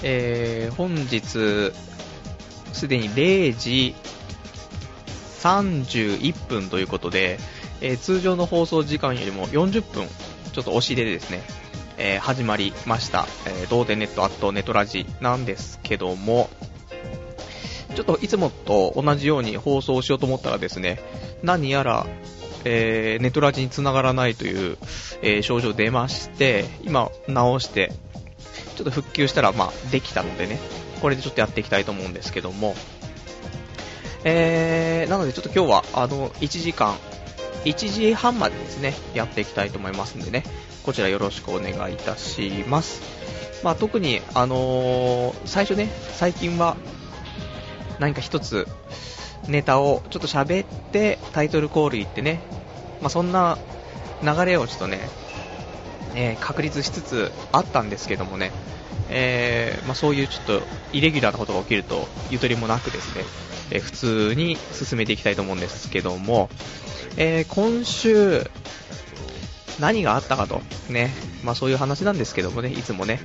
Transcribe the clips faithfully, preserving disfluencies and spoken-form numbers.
えー、本日すでにれいじさんじゅういっぷんということで、えー、通常の放送時間よりもよんじゅっぷんちょっと押し入れでですね、えー、始まりました、えー、同点ネットアットネトラジなんですけども、ちょっといつもと同じように放送しようと思ったらですね、何やら、えー、ネトラジに繋がらないという、えー、症状出まして、今直してちょっと復旧したらまあできたのでね、これでちょっとやっていきたいと思うんですけども、えー、なのでちょっと今日はあのいちじかんいちじはんまでですねやっていきたいと思いますんでね、こちらよろしくお願いいたします。まあ特にあのー、最初ね、最近は何か一つネタをちょっと喋ってタイトルコール言ってね、まあそんな流れをちょっとね、えー、確立しつつあったんですけどもね、えーまあ、そういうちょっとイレギュラーなことが起きるとゆとりもなくですね、えー、普通に進めていきたいと思うんですけども、えー、今週何があったかとね、まあそういう話なんですけどもね、いつもね、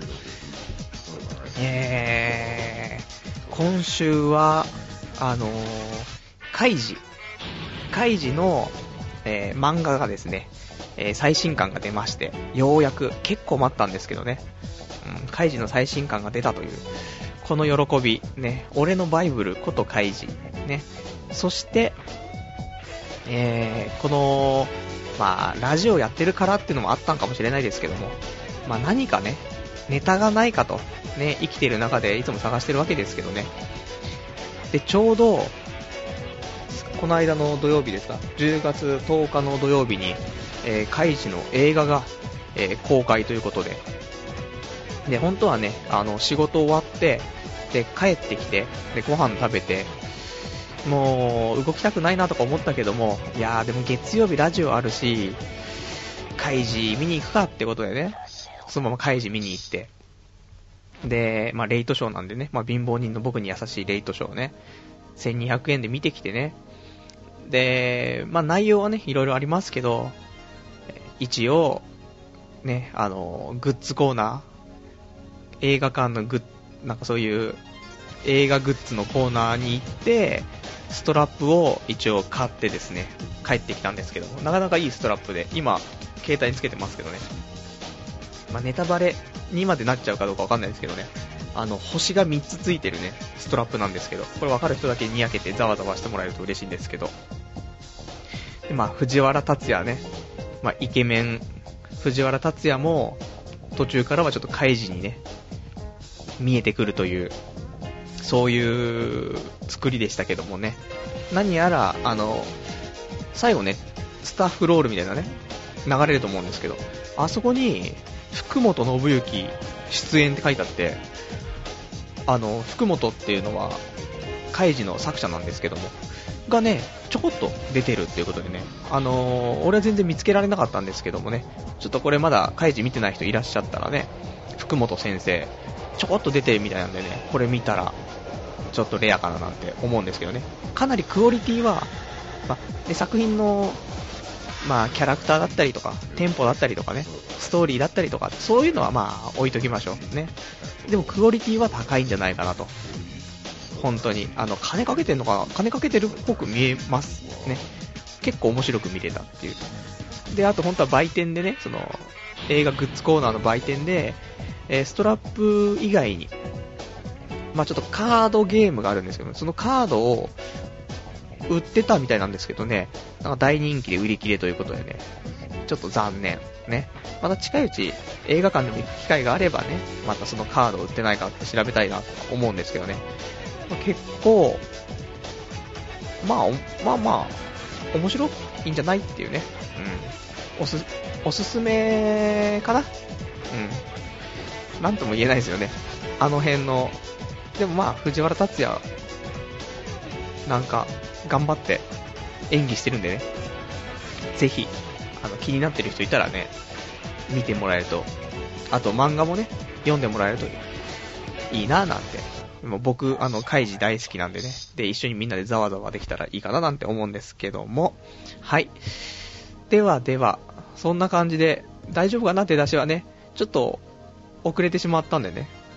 えー、今週はあのー、カイジカイジの、えー、漫画がですね、えー、最新刊が出まして、ようやく結構待ったんですけどね、うん、カイジの最新刊が出たというこの喜びね、俺のバイブルことカイジね。そして、えー、このまあラジオやってるからっていうのもあったんかもしれないですけども、まあ何かねネタがないかとね、生きている中でいつも探してるわけですけどね。でちょうどこの間の土曜日ですか、じゅうがつとおかの土曜日に、えー、カイジの映画が、えー、公開ということで、で本当はね、あの仕事終わってで帰ってきてでご飯食べて、もう動きたくないなとか思ったけども、いやーでも月曜日ラジオあるしカイジ見に行くかってことでね、そのままカイジ見に行って、でまあレイトショーなんでね、まあ貧乏人の僕に優しいレイトショーをねせんにひゃくえんで見てきてね、でまあ内容はねいろいろありますけど、一応ね、あのグッズコーナー、映画館のグッなんかそういう映画グッズのコーナーに行ってストラップを一応買ってですね帰ってきたんですけども、なかなかいいストラップで今携帯につけてますけどね、まあ、ネタバレにまでなっちゃうかどうかわかんないですけどね、あの星がみっつついてるねストラップなんですけど、これ分かる人だけにやけてざわざわしてもらえると嬉しいんですけど、でまあ藤原竜也ね、まあ、イケメン藤原竜也も途中からはちょっとカイジにね見えてくるという、そういう作りでしたけどもね、何やらあの最後ねスタッフロールみたいなね流れると思うんですけど、あそこに福本信之出演って書いてあって、あの福本っていうのはカイジの作者なんですけどもがねちょこっと出てるっていうことでね、あのー、俺は全然見つけられなかったんですけどもね、ちょっとこれまだカイジ見てない人いらっしゃったらね、福本先生ちょこっと出てるみたいなんでね、これ見たらちょっとレアかななんて思うんですけどね、かなりクオリティは、まあ、で作品の、まあ、キャラクターだったりとかテンポだったりとかねストーリーだったりとかそういうのはまあ置いときましょうね。でもクオリティは高いんじゃないかなと、本当にあの金かけてんのかな、金かけてるっぽく見えますね。結構面白く見れたっていう。であと本当は売店でね、その映画グッズコーナーの売店で、えー、ストラップ以外にまあちょっとカードゲームがあるんですけど、そのカードを売ってたみたいなんですけどね、なんか大人気で売り切れということでね、ちょっと残念ね。また近いうち映画館でも行く機会があればね、またそのカード売ってないかって調べたいなと思うんですけどね、まあ、結構まあまあまあ面白いんじゃないっていうね、うん、おすおすすめかな、うん、なんとも言えないですよね、あの辺の。でもまあ藤原竜也なんか頑張って演技してるんでね、ぜひあの気になってる人いたらね見てもらえると、あと漫画もね読んでもらえるといいななんて。もう僕あのカイジ大好きなんでね、で一緒にみんなでざわざわできたらいいかななんて思うんですけども、はい、ではではそんな感じで大丈夫かなって出しはねちょっと遅れてしまったんでね、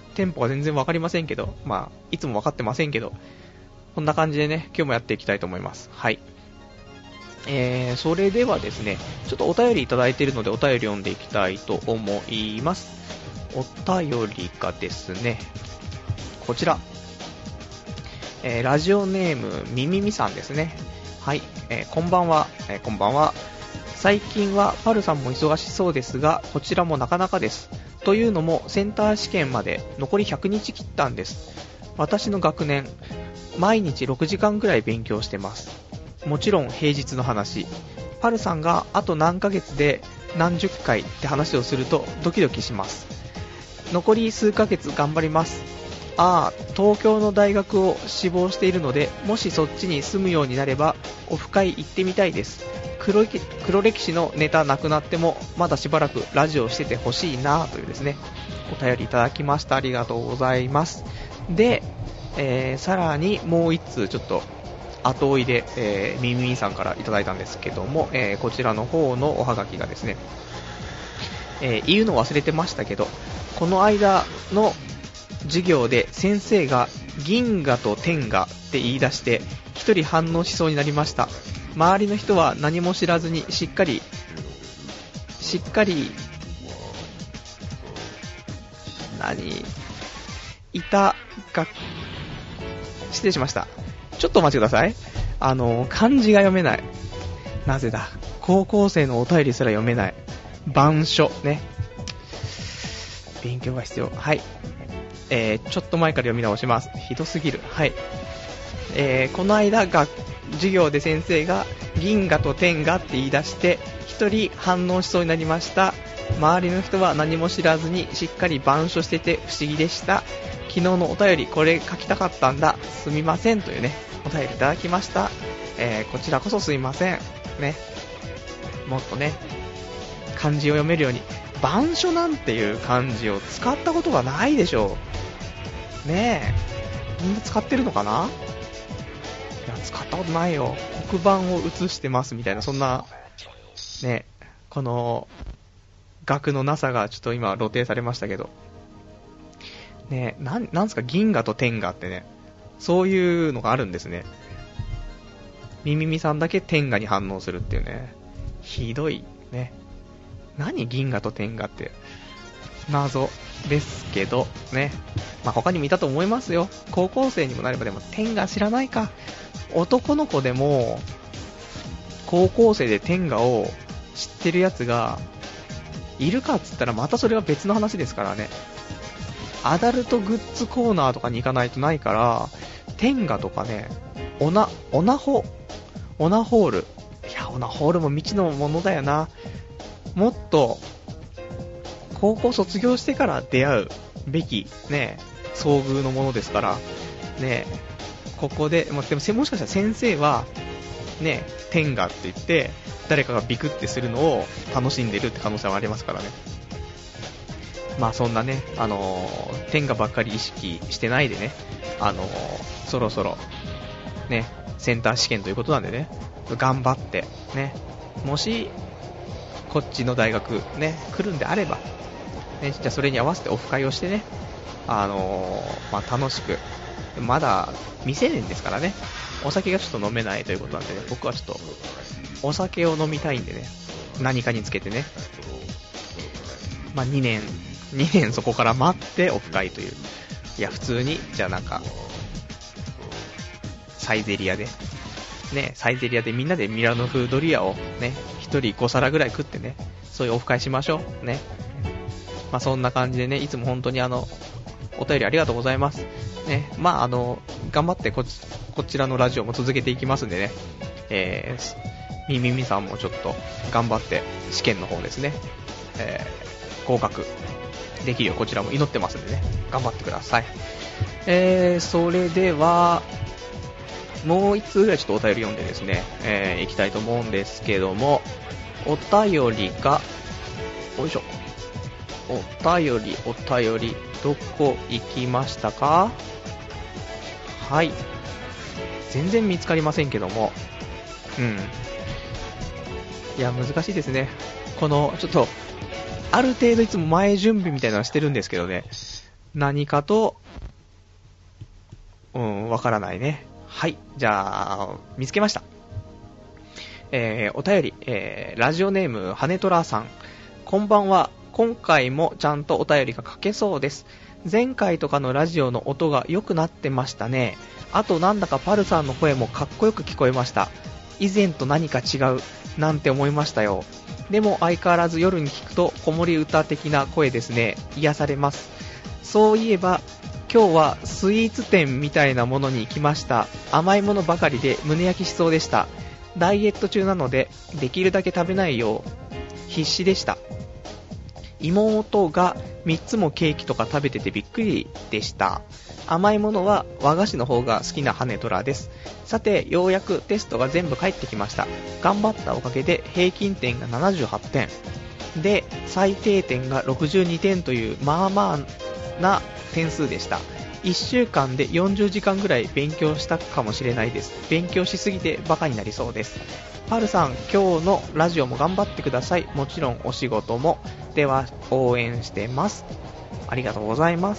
テンポが全然わかりませんけど、まあ、いつもわかってませんけど、こんな感じでね、今日もやっていきたいと思います。はい。えー、それではですね、ちょっとお便りいただいているのでお便り読んでいきたいと思います。お便りがですね、こちら、えー、ラジオネームみみみさんですね。はい、えー、こんばんは、えー、こんばんは。最近はパルさんも忙しそうですが、こちらもなかなかです。というのもセンター試験まで残りひゃくにち切ったんです。私の学年、毎日ろくじかんくらい勉強してます。もちろん平日の話。パルさんがあと何ヶ月で何十回って話をするとドキドキします。残り数ヶ月頑張ります。ああ、東京の大学を志望しているので、もしそっちに住むようになればオフ会行ってみたいです。 黒, 黒歴史のネタなくなってもまだしばらくラジオしててほしいなというですね、お便りいただきました。ありがとうございます。で、えー、さらにもう一通ちょっと後追いで、えー、みみみさんからいただいたんですけども、えー、こちらの方のおはがきがですね、えー、言うの忘れてましたけど、この間の授業で先生が銀河と天河って言い出して一人反応しそうになりました。周りの人は何も知らずにしっかりしっかり何いたが失礼しました。ちょっとお待ちください。あの漢字が読めない。なぜだ、高校生のお便りすら読めない。板書ね、勉強が必要。はい、えー、ちょっと前から読み直します。ひどすぎる。はい、えー、この間が授業で先生が銀河と天河って言い出して一人反応しそうになりました。周りの人は何も知らずにしっかり板書してて不思議でした。昨日のお便りこれ書きたかったんだ、すみませんというね、お便りいただきました。えー、こちらこそすいませんね。もっとね漢字を読めるように。板書なんていう漢字を使ったことがないでしょうねえ。みんな使ってるのかな。いや、使ったことないよ。黒板を写してますみたいな、そんなね、この学のなさがちょっと今露呈されましたけどね。え、なんなんすか銀河と天河ってね、そういうのがあるんですね。みみみさんだけ天河に反応するっていうね、ひどいね。何銀河と天河って謎ですけどね。まあ、他にもいたと思いますよ。高校生にもなれば。でも天河知らないか。男の子でも高校生で天河を知ってるやつがいるかっつったらまたそれは別の話ですからね。アダルトグッズコーナーとかに行かないとないから、天河とかね、オナオナホオナホール、いやオナホールも未知のものだよな。もっと高校卒業してから出会うべきね、遭遇のものですからね。ここでも, でももしかしたら先生はね、天河って言って誰かがビクってするのを楽しんでるって可能性はありますからね。まあそんなね、あのー、天河ばっかり意識してないでね、あのー、そろそろねセンター試験ということなんでね、頑張ってね、もしこっちの大学ね来るんであれば、ね、じゃあそれに合わせてオフ会をしてね、あのー、まあ楽しく、まだ未成年ですからね、お酒がちょっと飲めないということなんでね、僕はちょっとお酒を飲みたいんでね、何かにつけてね、まあにねんにねんそこから待ってオフ会という。いや普通にじゃあなんかサイゼリアでね、サイゼリアでみんなでミラノ風ドリアをねひとりごさらぐらい食ってね、そういうオフ会しましょうね。まあそんな感じでね、いつも本当にあのお便りありがとうございますね。まああの頑張ってこ ち, こちらのラジオも続けていきますんでね、えー、みみみさんもちょっと頑張って試験の方ですね、えー、合格できるようこちらも祈ってますんでね、頑張ってください。えー、それではもう一通ぐらいちょっとお便り読んでですね、えー、いきたいと思うんですけども、お便りがよいしょ、お便りお便りどこ行きましたか。はい、全然見つかりませんけども、うんいや難しいですね。このちょっとある程度いつも前準備みたいなのしてるんですけどね、 何かと、うん、わからないね。はい、じゃあ、見つけました。えー、お便り、えー、ラジオネーム、ハネトラさん。こんばんは。今回もちゃんとお便りが書けそうです。前回とかのラジオの音が良くなってましたね。あとなんだかパルさんの声もかっこよく聞こえました。以前と何か違うなんて思いましたよ。でも相変わらず夜に聞くと子守歌的な声ですね。癒されます。そういえば今日はスイーツ店みたいなものに行きました。甘いものばかりで胸焼きしそうでした。ダイエット中なのでできるだけ食べないよう必死でした。妹がみっつもケーキとか食べててびっくりでした。甘いものは和菓子の方が好きなハネトラです。さて、ようやくテストが全部返ってきました。頑張ったおかげで平均点がななじゅうはってんで、最低点がろくじゅうにてんというまあまあな点数でした。いっしゅうかんでよんじゅうじかんぐらい勉強したかもしれないです。勉強しすぎてバカになりそうです。パルさん、今日のラジオも頑張ってください。もちろんお仕事も。では、応援してます。ありがとうございます。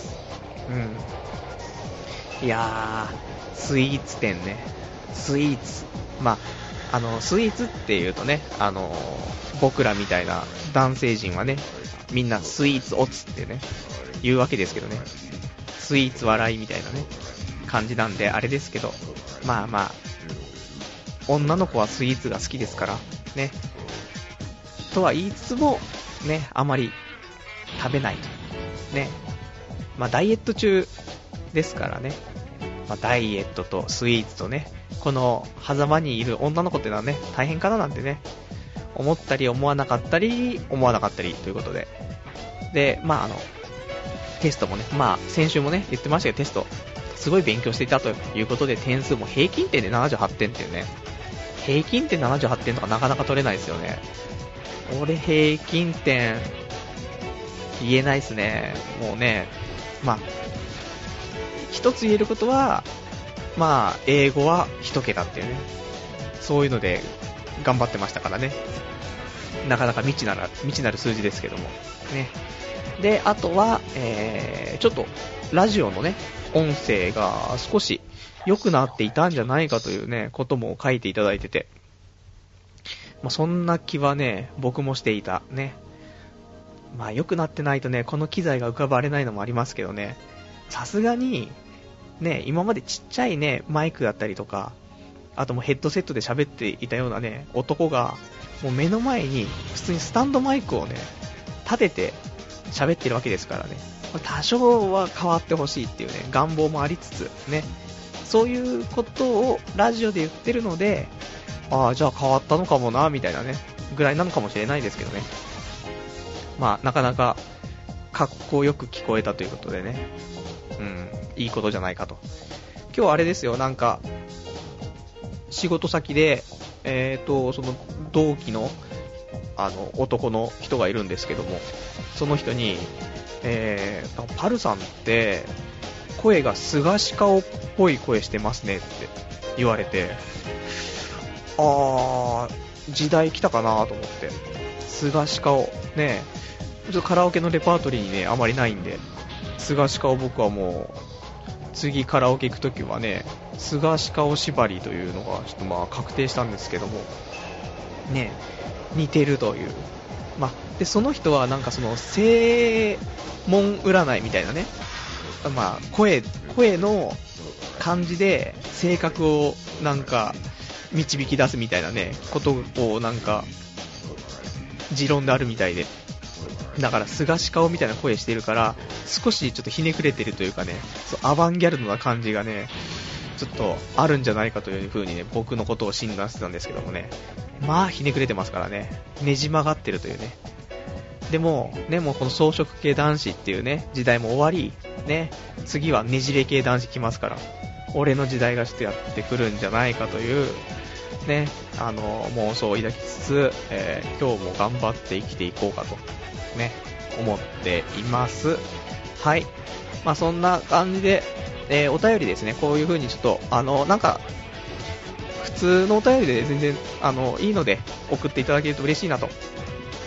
うん。いやー、スイーツ店ね。スイーツ。まあ、あの、スイーツっていうとね、あの、僕らみたいな男性陣はね、みんなスイーツオツってね、言うわけですけどね。スイーツ笑いみたいなね、感じなんであれですけど、まあまあ、女の子はスイーツが好きですからね。とは言いつつもね、あまり食べないとね。まあダイエット中ですからね。まあ、ダイエットとスイーツとね、この狭間にいる女の子っていうのはね、大変かななんてね、思ったり思わなかったり思わなかったりということで、で、まああのテストもね、まあ先週もね言ってましたけど、テストすごい勉強していたということで、点数も平均点でななじゅうはってんっていうね、平均点ななじゅうはってんとかなかなか取れないですよね。俺平均点言えないですね。もうね、まあ一つ言えることは、まあ英語は一桁っていうね、そういうので頑張ってましたからね。なかなか未知なら未知なる数字ですけどもね。で、あとは、えー、ちょっとラジオのね音声が少し良くなっていたんじゃないかというねことも書いていただいてて、まあ、そんな気はね僕もしていたね。まあ良くなってないとねこの機材が浮かばれないのもありますけどね、さすがにね今までちっちゃいねマイクだったりとか、あともうヘッドセットで喋っていたようなね男がもう目の前に普通にスタンドマイクをね立てて喋ってるわけですからね、多少は変わってほしいっていうね願望もありつつね、そういうことをラジオで言ってるので、ああじゃあ変わったのかもなみたいなねぐらいなのかもしれないですけどね。まあなかなかかっこよく聞こえたということでね、うん、いいことじゃないかと。今日あれですよ、なんか仕事先でえーとその同期のあの男の人がいるんですけども、その人に、えー、パルさんって声が菅氏顔っぽい声してますねって言われて、あー時代来たかなと思って、菅氏顔ね、ちょっとカラオケのレパートリーにねあまりないんで、菅氏顔僕はもう次カラオケ行くときはね菅氏顔縛りというのがちょっとまあ確定したんですけどもね、似てるという、まあ、でその人はなんかその声紋占いみたいなね、まあ、声声の感じで性格をなんか導き出すみたいなねことをなんか持論であるみたいで、だから菅氏顔みたいな声してるから少しちょっとひねくれてるというかね、そうアバンギャルドな感じがねちょっとあるんじゃないかという風にね僕のことを診断してたんですけどもね、まあひねくれてますからね、ねじ曲がってるというね。でもね、もうこの装飾系男子っていうね時代も終わりね、次はねじれ系男子来ますから、俺の時代がちょっとやってくるんじゃないかというね、あの妄想を抱きつつ、えー、今日も頑張って生きていこうかとね思っています。はい、まあそんな感じで、えー、お便りですね、こういう風にちょっとあのなんか普通のお便りで全然あのいいので送っていただけると嬉しいなと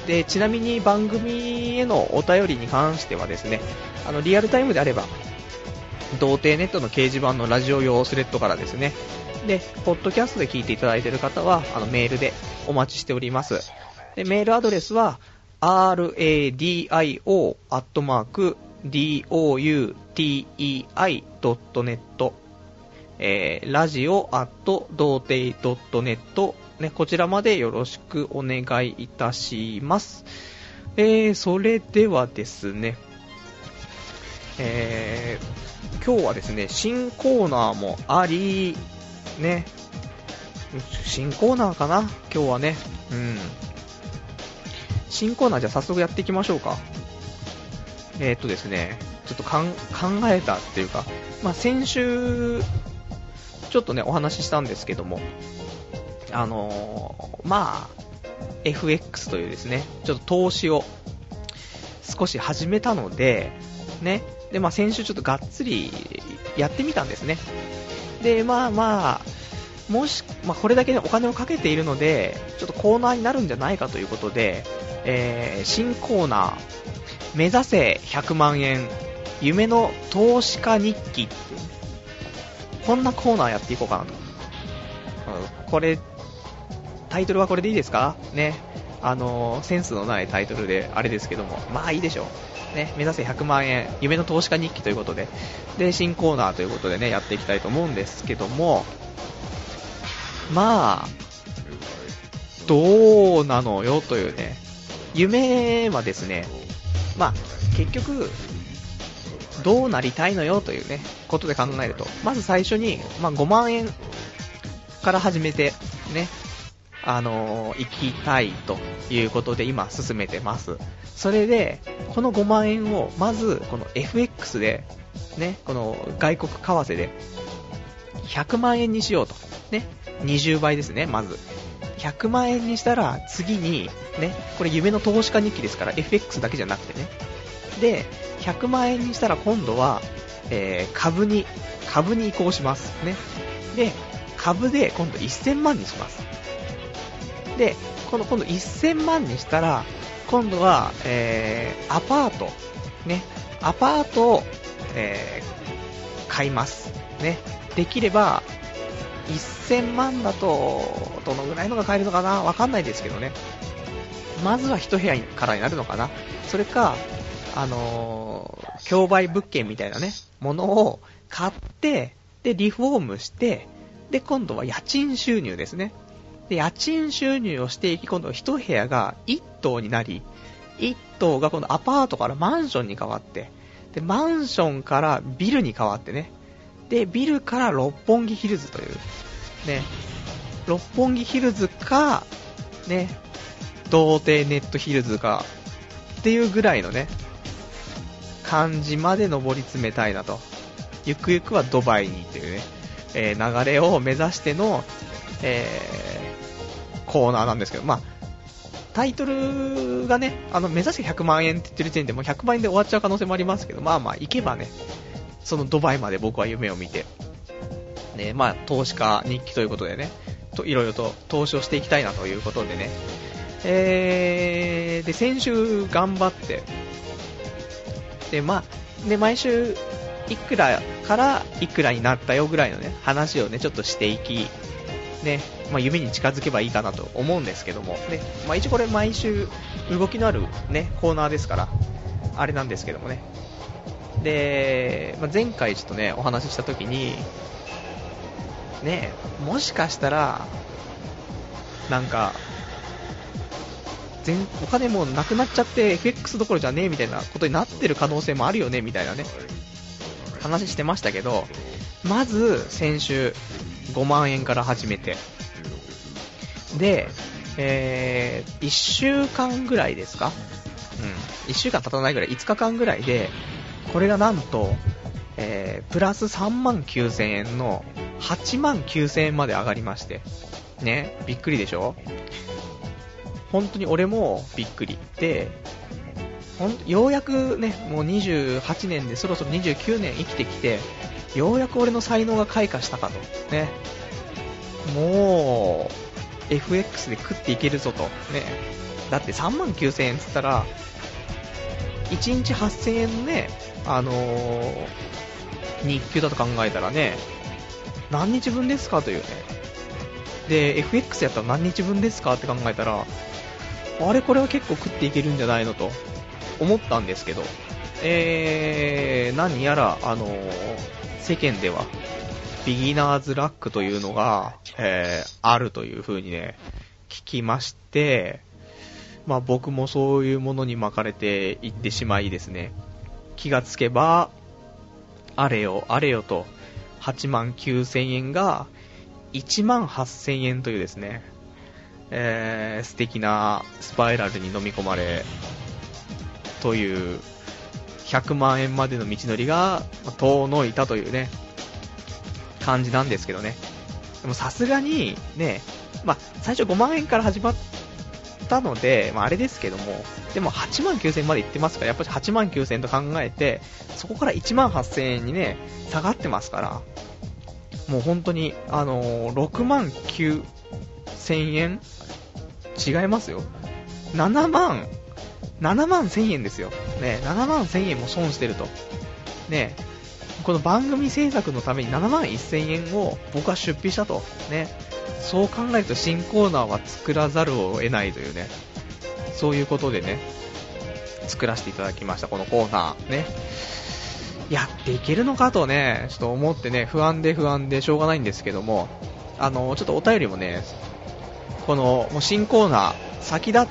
で、ちなみに番組へのお便りに関してはですね、あのリアルタイムであれば童貞ネットの掲示板のラジオ用スレッドからですね、でポッドキャストで聞いていただいている方はあのメールでお待ちしております。でメールアドレスは ラディオ アットマーク ドゥテイドットネット、えー、ラジオアット童貞ドットネット、ね、こちらまでよろしくお願いいたします。えー、それではですね、えー、今日はですね新コーナーもありね、新コーナーかな今日はね、うん、新コーナーじゃあ早速やっていきましょうか。えーっとですねちょっとかん考えたっていうか、まあ、先週ちょっとねお話ししたんですけども、あのー、まあ エフエックス というですねちょっと投資を少し始めたのでね、でまあ先週ちょっとがっつりやってみたんですね。でまあまあもし、まあ、これだけ、ね、お金をかけているのでちょっとコーナーになるんじゃないかということで、えー、新コーナー目指せひゃくまんえん夢の投資家日記ってこんなコーナーやっていこうかなと。これタイトルはこれでいいですかね。あのー、センスのないタイトルであれですけども、まあいいでしょうね。目指せひゃくまんえん夢の投資家日記ということで、で新コーナーということでねやっていきたいと思うんですけども、まあどうなのよというね、夢はですね、まあ結局どうなりたいのよというねことで考えると、まず最初に、まあ、ごまんえんから始めてね、あのー、行きたいということで今進めてます。それでこのごまんえんをまずこの エフエックス でね、この外国為替でひゃくまんえんにしようとね、にじゅうばいですね。まずひゃくまんえんにしたら次にね、これ夢の投資家日記ですから エフエックス だけじゃなくてね、でひゃくまんえんにしたら今度は、えー、株に株に移行しますね。で株で今度せんまんにします。で今度今度せんまんにしたら今度は、えー、アパートね、アパートを、えー、買いますね。できればせんまんだとどのぐらいのが買えるのかな、わかんないですけどね。まずは一部屋からになるのかな。それかあのー、競売物件みたいなねものを買ってでリフォームしてで今度は家賃収入ですね。で家賃収入をしていき、今度は一部屋が一棟になり、一棟が今度アパートからマンションに変わって、でマンションからビルに変わってね、でビルから六本木ヒルズというね、六本木ヒルズかね童貞ネットヒルズかっていうぐらいのね感じまで上り詰めたいなと。ゆくゆくはドバイにというね、えー、流れを目指しての、えー、コーナーなんですけど、まあタイトルがね、あの目指せひゃくまんえんって言ってる時点でもうひゃくまんえんで終わっちゃう可能性もありますけど、まあまあ行けばね、そのドバイまで僕は夢を見てね、まあ投資家日記ということでね、といろいろと投資をしていきたいなということでね、えー、で先週頑張ってでまあで毎週いくらからいくらになったよぐらいのね話をねちょっとしていきね、まあ、夢に近づけばいいかなと思うんですけどもね、まあ、一応これ毎週動きのあるねコーナーですからあれなんですけどもね。で、まあ、前回ちょっとねお話しした時にね、もしかしたらなんか全お金もなくなっちゃって エフエックス どころじゃねえみたいなことになってる可能性もあるよねみたいなね話してましたけど、まず先週ごまんえんから始めてで、えー、いっしゅうかんぐらいですか、うん、いっしゅうかん経たないぐらいいつかかんぐらいでこれがなんと、えー、プラスさんまんきゅうせんえんのはちまんきゅうせんえんまで上がりましてね、びっくりでしょ。本当に俺もびっくりで、ほんようやくねもうにじゅうはちねんでそろそろにじゅうきゅうねん生きてきてようやく俺の才能が開花したかとね、もう エフエックス で食っていけるぞとね、 だってさんまんきゅうせんえんつったらいちにちはっせんえんのね、あのー、日給だと考えたらね、何日分ですかというね。で エフエックス やったら何日分ですかって考えたら、あれこれは結構食っていけるんじゃないのと思ったんですけど、えー、何やら、あのー、世間ではビギナーズラックというのが、えー、あるという風にね聞きまして、まあ僕もそういうものに巻かれていってしまいですね、気がつけばあれよあれよとはちまんきゅうせんえんがいちまんはっせんえんというですね、えー、素敵なスパイラルに飲み込まれというひゃくまんえんまでの道のりが遠のいたというね感じなんですけどね。でもさすがにね、まあ最初ごまんえんから始まったので、まああれですけども、でもはちまんきゅうせんえんまで行ってますから、やっぱりはちまんきゅうせんえんと考えて、そこからいちまんはっせんえんにね下がってますから、もう本当にあのー、ろくまんきゅうせんえん違いますよ。ななまんななまんせんえんですよね。ななまんせんえんも損してるとね。この番組制作のためにななまんせんえんを僕は出費したとね。そう考えると新コーナーは作らざるを得ないというね、そういうことでね作らせていただきました、このコーナーね。やっていけるのかとねちょっと思ってね、不安で不安でしょうがないんですけども、あのちょっとお便りもね、このもう新コーナー先立って、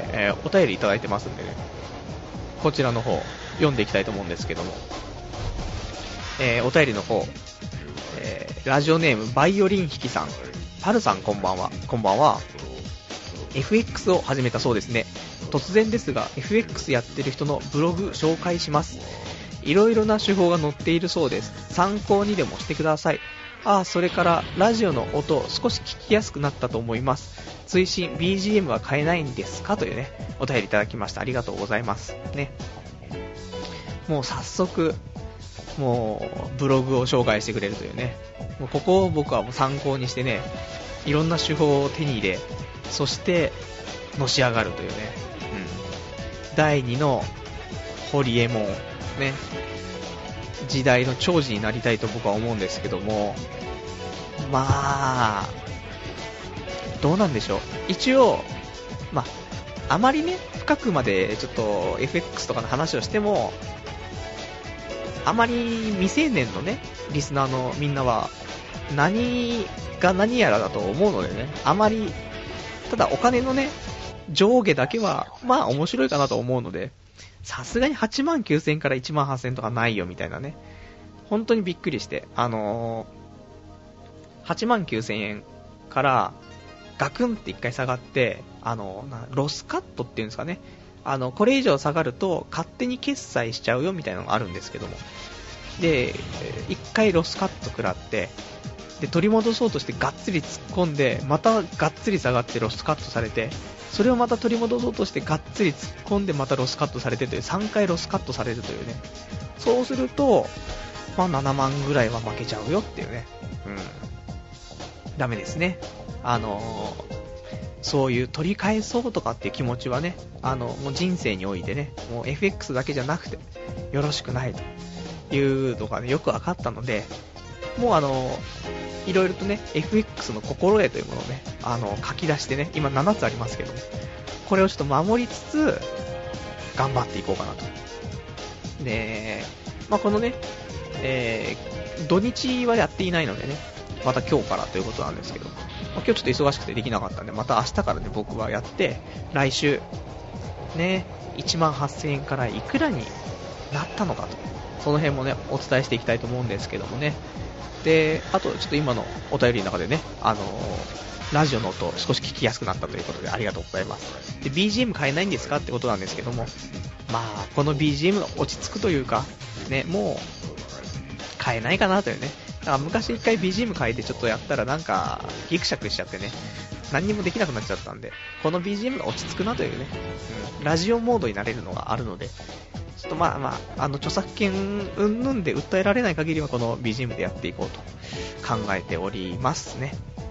えー、お便りいただいてますんでね、こちらの方読んでいきたいと思うんですけども、えー、お便りの方、えー、ラジオネームバイオリン弾きさん、パルさんこんばんは。こんばんは。 エフエックス を始めたそうですね。突然ですが エフエックス やってる人のブログ紹介します。いろいろな手法が載っているそうです。参考にでもしてください。ああ、それからラジオの音少し聞きやすくなったと思います。追伸 ビージーエム は変えないんですかというねお便りいただきました。ありがとうございますね。もう早速もうブログを紹介してくれるというね、もうここを僕はもう参考にしてね、いろんな手法を手に入れ、そしてのし上がるというね、うん、だいにのホリエモンね、時代の寵児になりたいと僕は思うんですけども、まあどうなんでしょう。一応まああまりね深くまでちょっと エフエックス とかの話をしても、あまり未成年のねリスナーのみんなは何が何やらだと思うのでね、あまり、ただお金のね上下だけはまあ面白いかなと思うので、さすがにはちまんきゅうせんえんからいちまんはっせんえんとかないよみたいなね、本当にびっくりして、あのー、はちまんきゅうせんえんからガクンって一回下がって、あのー、ロスカットっていうんですかね、あのこれ以上下がると勝手に決済しちゃうよみたいなのがあるんですけども、で一回ロスカット食らって、で取り戻そうとしてがっつり突っ込んで、またがっつり下がってロスカットされて、それをまた取り戻そうとしてがっつり突っ込んでまたロスカットされてというさんかいロスカットされるというね、そうすると、まあ、ななまんぐらいは負けちゃうよっていうね、うん、ダメですね。あのー、そういう取り返そうとかっていう気持ちはね、あのもう人生においてね、もう エフエックス だけじゃなくてよろしくないというのがねよく分かったので、もうあのいろいろとね エフエックス の心得というものをねあの書き出してね、今ななつありますけども、これをちょっと守りつつ頑張っていこうかなと。で、まあ、このね、えー、土日はやっていないのでね、また今日からということなんですけど、まあ、今日ちょっと忙しくてできなかったんで、また明日からね僕はやって、来週ねいちまんはっせんえんからいくらになったのかと、その辺もねお伝えしていきたいと思うんですけどもね。で、あとちょっと今のお便りの中でね、あのー、ラジオの音少し聞きやすくなったということでありがとうございます。で ビージーエム 変えないんですかってことなんですけども、まあこの ビージーエム が落ち着くというかね、もう変えないかなというね。だから昔一回 ビージーエム 変えてちょっとやったらなんかギクシャクしちゃってね、何にもできなくなっちゃったんで、この ビージーエム が落ち着くなというね、うん、ラジオモードになれるのがあるので、ちょっとまあまあ、あの著作権云々で訴えられない限りはこの ビージーエム でやっていこうと考えておりますね。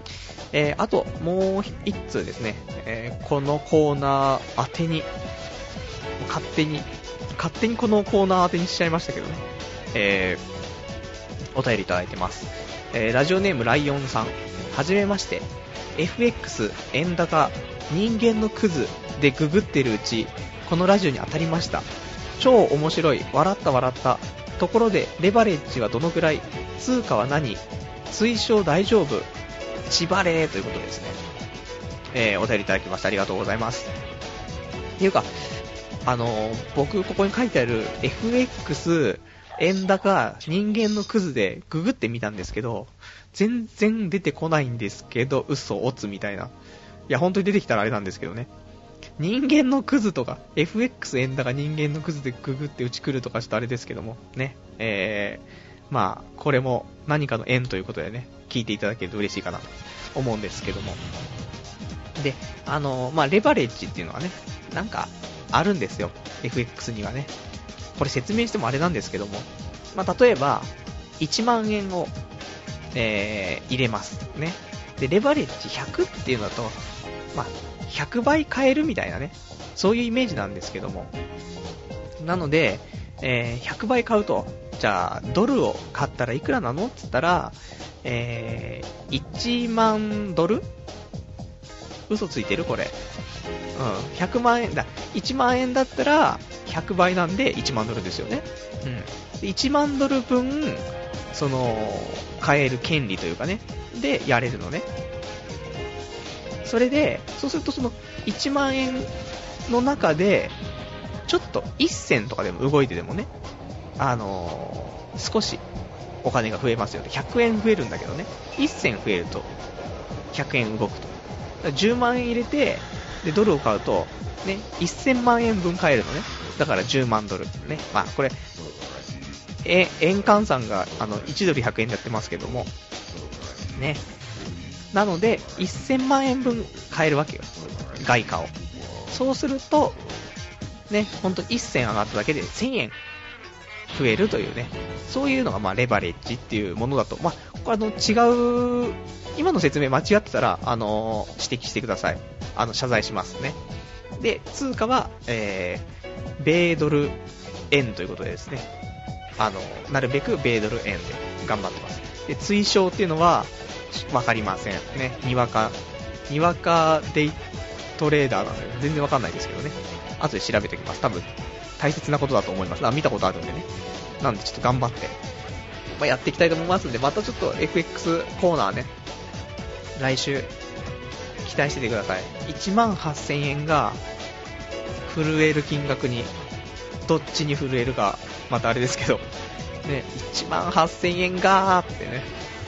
えー、あともう一通ですね、えー、このコーナー宛てに勝手に勝手にこのコーナー宛てにしちゃいましたけどね、えー、お便りいただいてます。えー、ラジオネームライオンさん、はじめまして。 エフエックス 円高人間のクズでググってるうちこのラジオに当たりました。超面白い、笑った笑った。ところでレバレッジはどのくらい、通貨は何、推奨大丈夫、千葉れーということですね。えー、お便りいただきましてありがとうございます。っていうかあのー、僕ここに書いてある エフエックス 円高人間のクズでググってみたんですけど全然出てこないんですけど、嘘オツみたいな。いや本当に出てきたらあれなんですけどね、人間のクズとか エフエックス 円高人間のクズでググって打ち来るとかちょっとあれですけどもね、えー、まあこれも何かの縁ということでね、聞いていただけると嬉しいかなと思うんですけども、であのー、まあレバレッジっていうのはねなんかあるんですよ エフエックス にはね。これ説明してもあれなんですけども、まあ、例えばいちまんえんを、えー、入れますね。でレバレッジひゃくっていうのだと、まあ、ひゃくばい買えるみたいなね、そういうイメージなんですけども、なので、えー、ひゃくばい買うと、じゃあドルを買ったらいくらなのって言ったら、えー、いちまんドル、嘘ついてるこれ、うん、ひゃくまんえんだ、いちまんえんだったらひゃくばいなんでいちまんドルですよね。うん、でいちまんドル分その買える権利というかねでやれるのね。それでそうするとそのいちまんえんの中でちょっといっ銭とかでも動いてでもね、あのー、少しお金が増えますよね。ひゃくえん増えるんだけどね、いっ銭増えるとひゃくえん動くと。だからじゅうまんえん入れてでドルを買うとねせんまんえん分買えるのね。だからじゅうまんドルね。まあこれえ円換算があのいちドルひゃくえんでやってますけどもね。なのでせんまんえん分買えるわけよ、外貨を。そうするとね、ほんといっ銭上がっただけでせんえん増えるというね、そういうのがまあレバレッジっていうものだと。まあこれあの違う、今の説明間違ってたらあの指摘してください。あの謝罪しますね。で通貨は、えー、米ドル円ということでですね、あのなるべく米ドル円で頑張ってます。で追奨っていうのはわかりませんね。にわかにわかデイトレーダーなので全然わかんないですけどね、後で調べておきます。多分大切なことだと思います。あ、見たことあるんでね。なんでちょっと頑張って、まあ、やっていきたいと思いますんで、またちょっと エフエックス コーナーね、来週期待しててください。いちまんはっせんえんが震える金額に、どっちに震えるかまたあれですけどね、いちまんはっせんえんがーってね、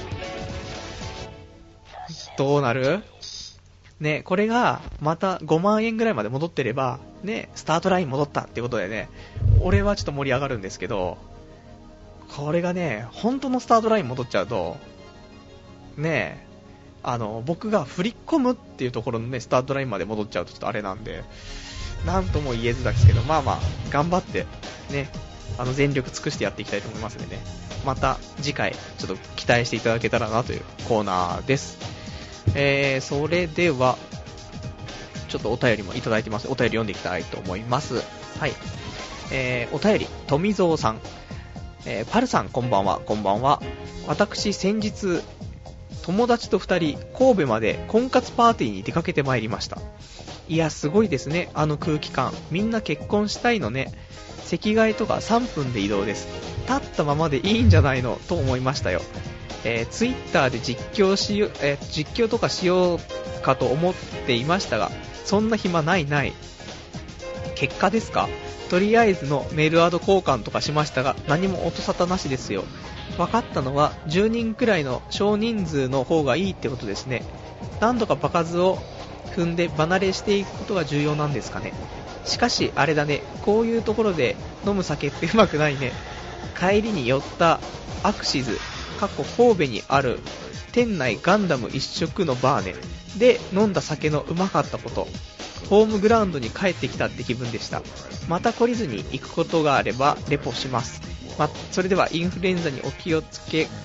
どうなるね。これがまたごまんえんぐらいまで戻ってればね、スタートライン戻ったってことでね、俺はちょっと盛り上がるんですけど、これがね本当のスタートライン戻っちゃうとね、あの僕が振り込むっていうところのねスタートラインまで戻っちゃうとちょっとあれなんで、なんとも言えずですけど、まあまあ頑張ってね、あの全力尽くしてやっていきたいと思いますのでね、また次回ちょっと期待していただけたらなというコーナーです。えー、それではちょっとお便りもいただいてます。お便り読んでいきたいと思います。はい、えー、お便り富蔵さん、えー、パルさんこんばんは。こんばんは。私先日友達とふたり神戸まで婚活パーティーに出かけてまいりました。いやすごいですね、あの空気感。みんな結婚したいのね。席替えとかさんぷんで移動です。立ったままでいいんじゃないのと思いましたよ。えー、ツイッターで実況しよ、えー、実況とかしようかと思っていましたが、そんな暇ないない。結果ですか。とりあえずのメールアド交換とかしましたが何も音沙汰なしですよ。分かったのはじゅうにんくらいの少人数の方がいいってことですね。何度か場数を踏んで離れしていくことが重要なんですかね。しかしあれだね、こういうところで飲む酒ってうまくないね。帰りに寄ったアクシズ過去神戸にある店内ガンダム一色のバーねで飲んだ酒のうまかったこと、ホームグラウンドに帰ってきたって気分でした。また懲りずに行くことがあればレポします。ま、それではインフルエンザにお気をつけ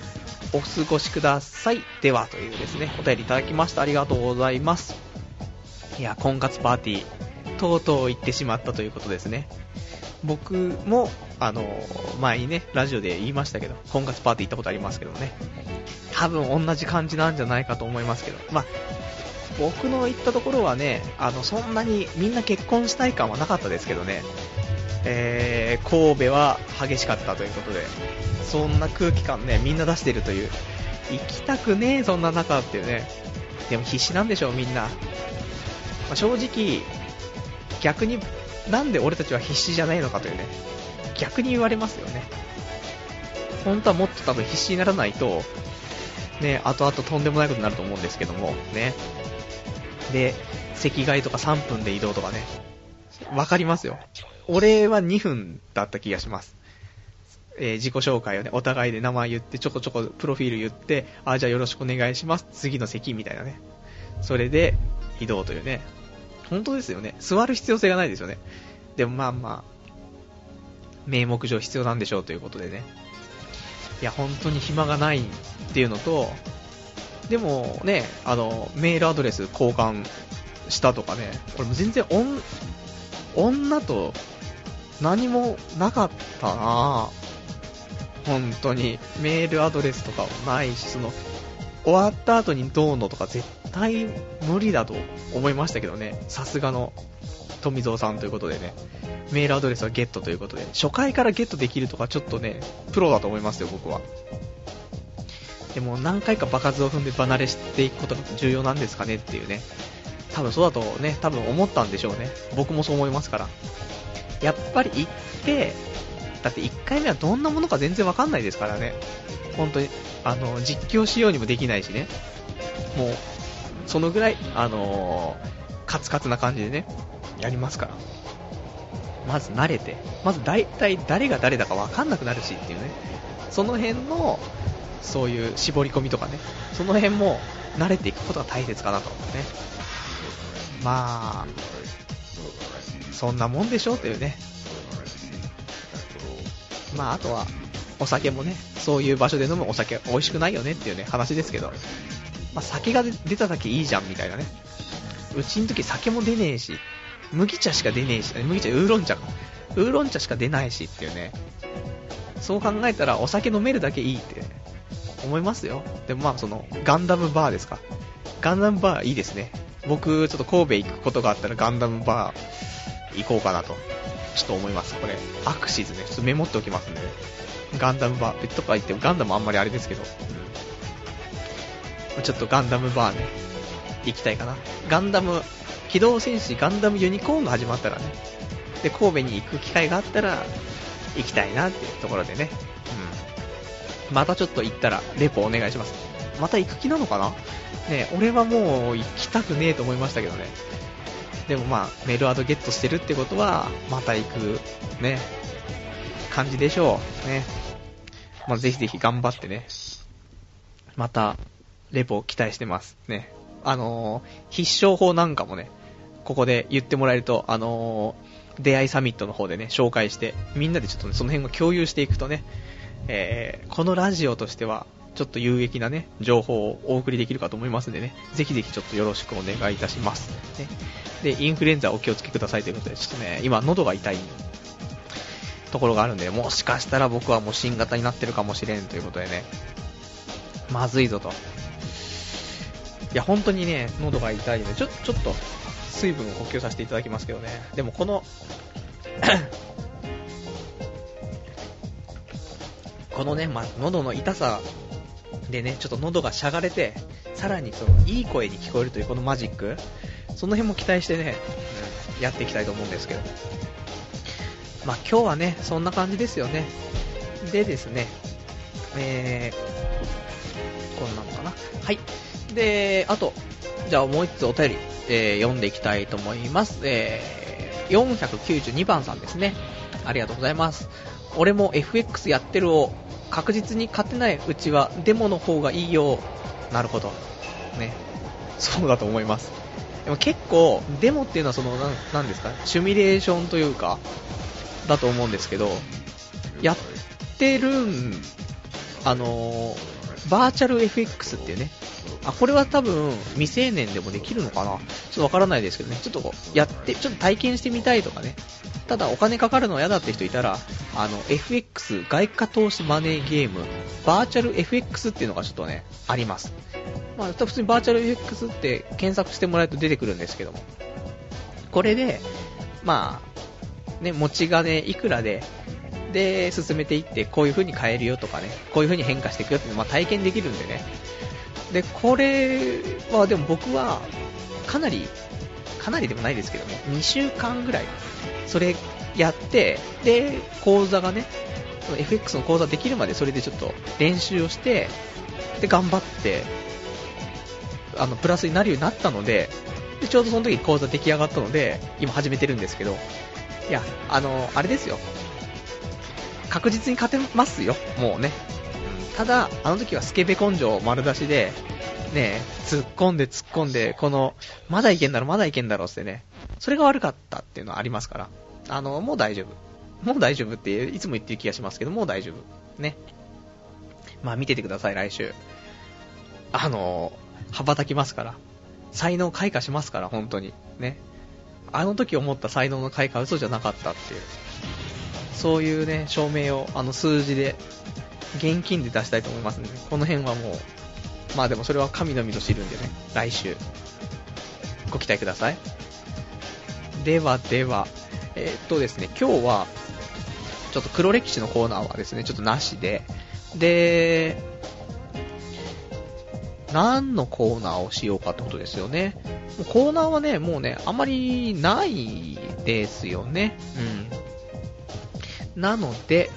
お過ごしください。ではというですね、お便りいただきました。ありがとうございます。いや、婚活パーティーとうとう行ってしまったということですね。僕もあの前にねラジオで言いましたけど、婚活パーティー行ったことありますけどね、多分同じ感じなんじゃないかと思いますけど、まあ僕の行ったところはね、あのそんなにみんな結婚したい感はなかったですけどね、えー、神戸は激しかったということで、そんな空気感ねみんな出してるという、行きたくねえそんな中っていうね、でも必死なんでしょうみんな、まあ、正直逆になんで俺たちは必死じゃないのかというね、逆に言われますよね。本当はもっと多分必死にならないとね、後々とんでもないことになると思うんですけどもね。で、席替えとかさんぷんで移動とかね、わかりますよ。俺はにふんだった気がします。えー、自己紹介をね、お互いで名前言ってちょこちょこプロフィール言って、あ、じゃあよろしくお願いします、次の席みたいなね、それで移動というね。本当ですよね。座る必要性がないですよね。でもまあまあ名目上必要なんでしょうということでね。いや本当に暇がないっていうのと、でもね、あのメールアドレス交換したとかね、これも全然女と何もなかったな。本当にメールアドレスとかもないし、その終わった後にどうのとか絶対無理だと思いましたけどね。さすがの富蔵さんということでね、メールアドレスはゲットということで、初回からゲットできるとかちょっとねプロだと思いますよ僕は。でも何回か場数を踏んで離れしていくことが重要なんですかねっていうね、多分そうだとね多分思ったんでしょうね。僕もそう思いますから、やっぱり行って、だっていっかいめはどんなものか全然わかんないですからね。本当にあの実況しようにもできないしね、もうそのぐらいあのー、カツカツな感じでねやりますから、まず慣れて、まず大体誰が誰だかわかんなくなるしっていうね、その辺のそういう絞り込みとかね、その辺も慣れていくことが大切かなと思ってね。まあそんなもんでしょうというね。まああとはお酒もね、そういう場所で飲むお酒美味しくないよねっていうね話ですけど、まあ、酒が出ただけいいじゃんみたいなね。うちの時酒も出ねえし、麦茶しか出ねえし、麦茶ウーロン茶かウーロン茶しか出ないしっていうね。そう考えたらお酒飲めるだけいいって思いますよ。でもまあそのガンダムバーですか、ガンダムバーいいですね。僕ちょっと神戸行くことがあったらガンダムバー行こうかなとちょっと思います。これアクシズね、ちょっとメモっておきますんでね。ガンダムバーとか言ってもガンダムあんまりあれですけど、うん、ちょっとガンダムバーね行きたいかな。ガンダム機動戦士ガンダムユニコーンが始まったらね、で神戸に行く機会があったら行きたいなっていうところでね、うん、またちょっと行ったらレポお願いします。また行く気なのかなね。俺はもう行きたくねえと思いましたけどね。でもまあメールアドゲットしてるってことはまた行くね感じでしょうね。まあぜひぜひ頑張ってね、またレポを期待してますね。あのー、必勝法なんかもねここで言ってもらえると、あのー、出会いサミットの方でね紹介してみんなでちょっと、ね、その辺を共有していくとね、えー、このラジオとしてはちょっと有益なね情報をお送りできるかと思いますんでね、ぜひぜひちょっとよろしくお願いいたします、ね、でインフルエンザお気をつけくださいということで、ちょっとね今喉が痛いところがあるんで、もしかしたら僕はもう新型になってるかもしれんということでね、まずいぞと。いや本当にね喉が痛いのでちょちょっと水分を補給させていただきますけどね。でもこのこのね、まあ、喉の痛さでねちょっと喉がしゃがれて、さらにそのいい声に聞こえるというこのマジック、その辺も期待してね、うん、やっていきたいと思うんですけど、まあ今日はねそんな感じですよね。でですね、えー、こんなのかな。はい。で、あとじゃあもう一つお便り、えー、読んでいきたいと思います。えー、よんひゃくきゅうじゅうにばんさんですね。ありがとうございます。俺も エフエックス やってるを確実に勝てないうちはデモの方がいいよ。なるほどね、そうだと思います。でも結構デモっていうのはそのななんですか、シミュレーションというかだと思うんですけど、やってるんあのー、 バーチャル エフエックス っていうね、あ、これは多分未成年でもできるのかな、ちょっとわからないですけどね、ちょっとやって、ちょっと体験してみたいとかね、ただお金かかるのは嫌だって人いたら、あの エフエックス 外貨投資マネーゲームバーチャル エフエックス っていうのがちょっとねあります。まあ普通にバーチャル エフエックス って検索してもらえると出てくるんですけども、これでまあね、持ち金いくらでで進めていって、こういう風に変えるよとかね、こういう風に変化していくよっていうのをまあ体験できるんでね。でこれはでも僕はかなりかなりでもないですけどね、にしゅうかんぐらいそれやって、で講座がね、その エフエックス の講座できるまでそれでちょっと練習をして、で頑張ってあのプラスになるようになったので、でちょうどその時に講座出来上がったので今始めてるんですけど、いやあのあれですよ、確実に勝てますよもうね。ただあの時はスケベ根性丸出しでね、突っ込んで突っ込んで、このまだいけんだろまだいけんだろってね、それが悪かったっていうのはありますから、あのもう大丈夫もう大丈夫っていつも言ってる気がしますけど、もう大丈夫ね。まあ見ててください、来週あの羽ばたきますから、才能開花しますから、本当にね。あの時思った才能の開花は嘘じゃなかったっていう、そういうね証明をあの数字で現金で出したいと思いますので、この辺はもうまあでもそれは神のみぞ知るんでね、来週ご期待ください。ではではえー、っとですね今日はちょっと黒歴史のコーナーはですねちょっとなしで、で何のコーナーをしようかってことですよね。コーナーはねもうねあんまりないですよね。うん。なので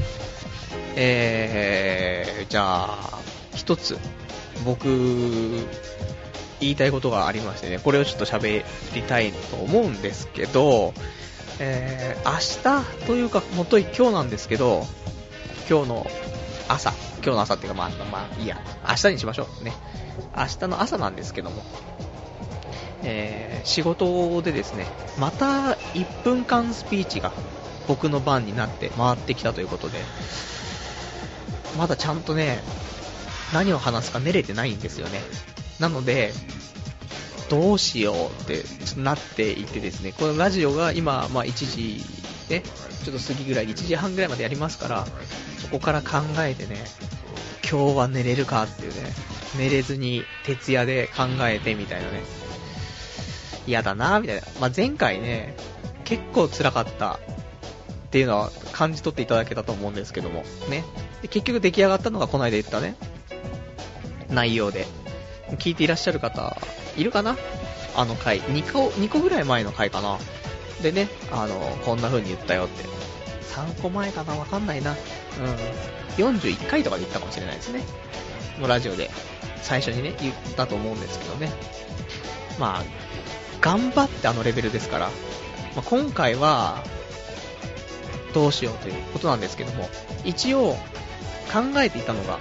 えー、じゃあ一つ僕言いたいことがありましてね、これをちょっと喋りたいと思うんですけど、えー、明日というかもとい今日なんですけど、今日の朝今日の朝っていうかまあまあいいや、明日にしましょうね。明日の朝なんですけども、えー、仕事でですねまたいっぷんかんスピーチが僕の番になって回ってきたということで、まだちゃんとね何を話すか練れてないんですよね。なのでどうしようってなっていてですね、このラジオが今、まあ、いちじねちょっと過ぎぐらい、いちじはんぐらいまでやりますから、そこから考えてね、今日は寝れるかっていうね、寝れずに徹夜で考えてみたいなね、嫌だなみたいな。まあ、前回ね結構辛かったっていうのは感じ取っていただけたと思うんですけどもね。で結局出来上がったのがこの間言ったね内容で、聞いていらっしゃる方いるかな、あの回にこ、にこぐらい前の回かな。でね、あのこんな風に言ったよって、さんこまえかな、わかんないな、うん、よんじゅういっかいとかで言ったかもしれないですね。もうラジオで最初にね言ったと思うんですけどね。まあ頑張ってあのレベルですから、まあ、今回はどうしようということなんですけども、一応考えていたのが、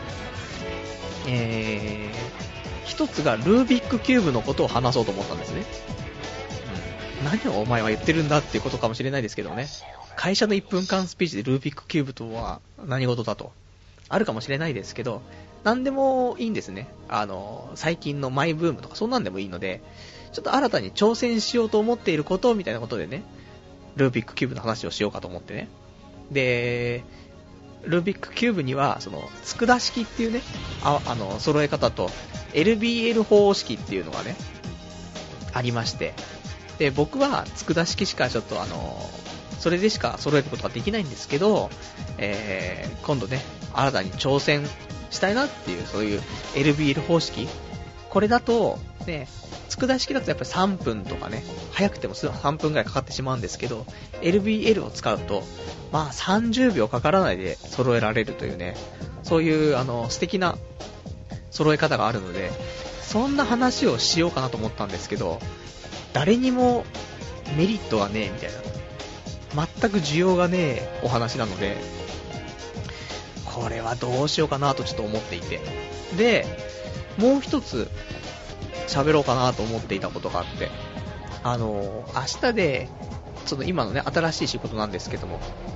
えー、一つがルービックキューブのことを話そうと思ったんですね。うん、何をお前は言ってるんだっていうことかもしれないですけどね。会社のいっぷんかんスピーチでルービックキューブとは何事だとあるかもしれないですけど、何でもいいんですね。あの最近のマイブームとかそんなんでもいいので、ちょっと新たに挑戦しようと思っていることみたいなことでね、ルービックキューブの話をしようかと思ってね。でルービックキューブにはその佃式っていうね、ああの揃え方と エルビーエル 方式っていうのがねありまして、で僕は佃式しかちょっとあのそれでしか揃えることができないんですけど、えー、今度ね新たに挑戦したいなっていう、そういう エルビーエル 方式、これだとね、佃式だとやっぱりさんぷんとかね、早くてもさんぷんぐらいかかってしまうんですけど、 エルビーエル を使うとまあさんじゅうびょうかからないで揃えられるというね、そういうあの素敵な揃え方があるので、そんな話をしようかなと思ったんですけど、誰にもメリットがねえみたいな、全く需要がねえお話なので、これはどうしようかなとちょっと思っていて、でもう一つ喋ろうかなと思っていたことがあって、あの明日でその今のね新しい仕事なんですけども、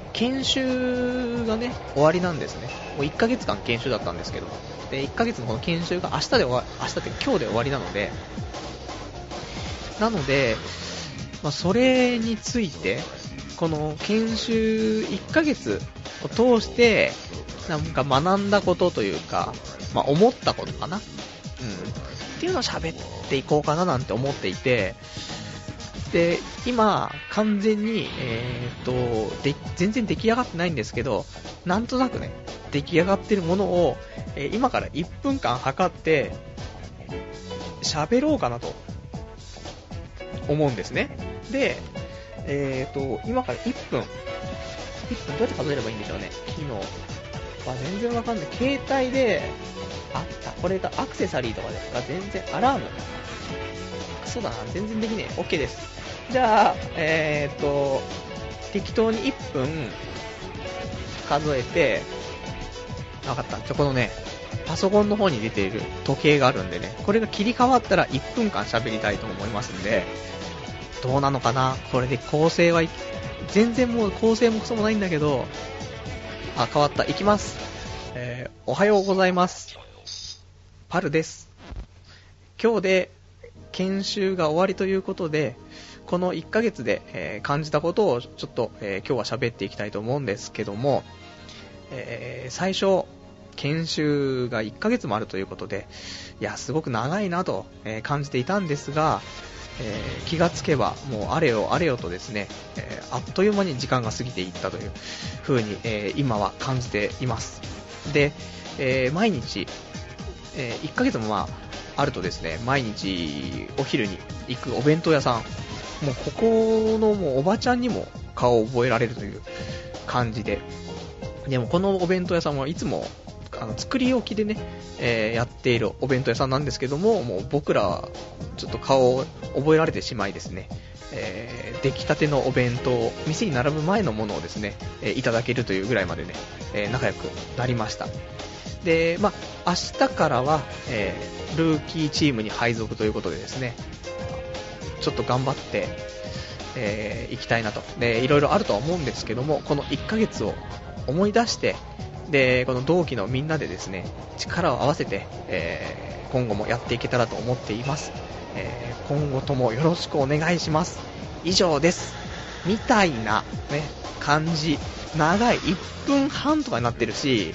研修がね終わりなんですね。もういっかげつかん研修だったんですけど、でいっかげつのこの研修が明日で終わ明日って今日で終わりなので、なので、まあ、それについてこの研修いっかげつを通してなんか学んだことというか、まあ、思ったことかな、うん、っていうのを喋っていこうかななんて思っていて、で今完全に、えー、っとで全然出来上がってないんですけど、なんとなくね出来上がってるものを、えー、今からいっぷんかん測って喋ろうかなと思うんですね。で、えー、っと今からいっぷんいっぷんどうやって数えればいいんでしょうね。昨日は全然わかんない。携帯であった、これがアクセサリーとかですか、全然アラーム、そうだな、全然できねえ。 OK です。じゃあえー、っと適当にいっぷん数えて、分かった。じゃこのねパソコンの方に出ている時計があるんでね、これが切り替わったらいっぷんかん喋りたいと思いますんで、どうなのかな。これで構成は全然もう構成もクソもないんだけど、あ、変わった。いきます。えー、おはようございます。パルです。今日で研修が終わりということで、このいっかげつで、えー、感じたことをちょっと、えー、今日は喋っていきたいと思うんですけども、えー、最初研修がいっかげつもあるということで、いやすごく長いなと、えー、感じていたんですが、えー、気がつけばもうあれよあれよとですね、えー、あっという間に時間が過ぎていったという風に、えー、今は感じています。で、えー、毎日、えー、いっかげつもまああるとですね、毎日お昼に行くお弁当屋さん、もうここのもうおばちゃんにも顔を覚えられるという感じで、でもこのお弁当屋さんはいつもあの作り置きでね、えー、やっているお弁当屋さんなんですけども、もう僕らはちょっと顔を覚えられてしまいですね、えー、出来たてのお弁当、店に並ぶ前のものをですね、えー、いただけるというぐらいまでね、えー、仲良くなりました。で、まあ、明日からは、えー、ルーキーチームに配属ということでですね、ちょっと頑張って、えー、いきたいなと。で、いろいろあるとは思うんですけども、このいっかげつを思い出して、で、この同期のみんなでですね、力を合わせて、えー、今後もやっていけたらと思っています。えー、今後ともよろしくお願いします。以上です。みたいな、ね、感じ。長い。いっぷんはんとかになってるし、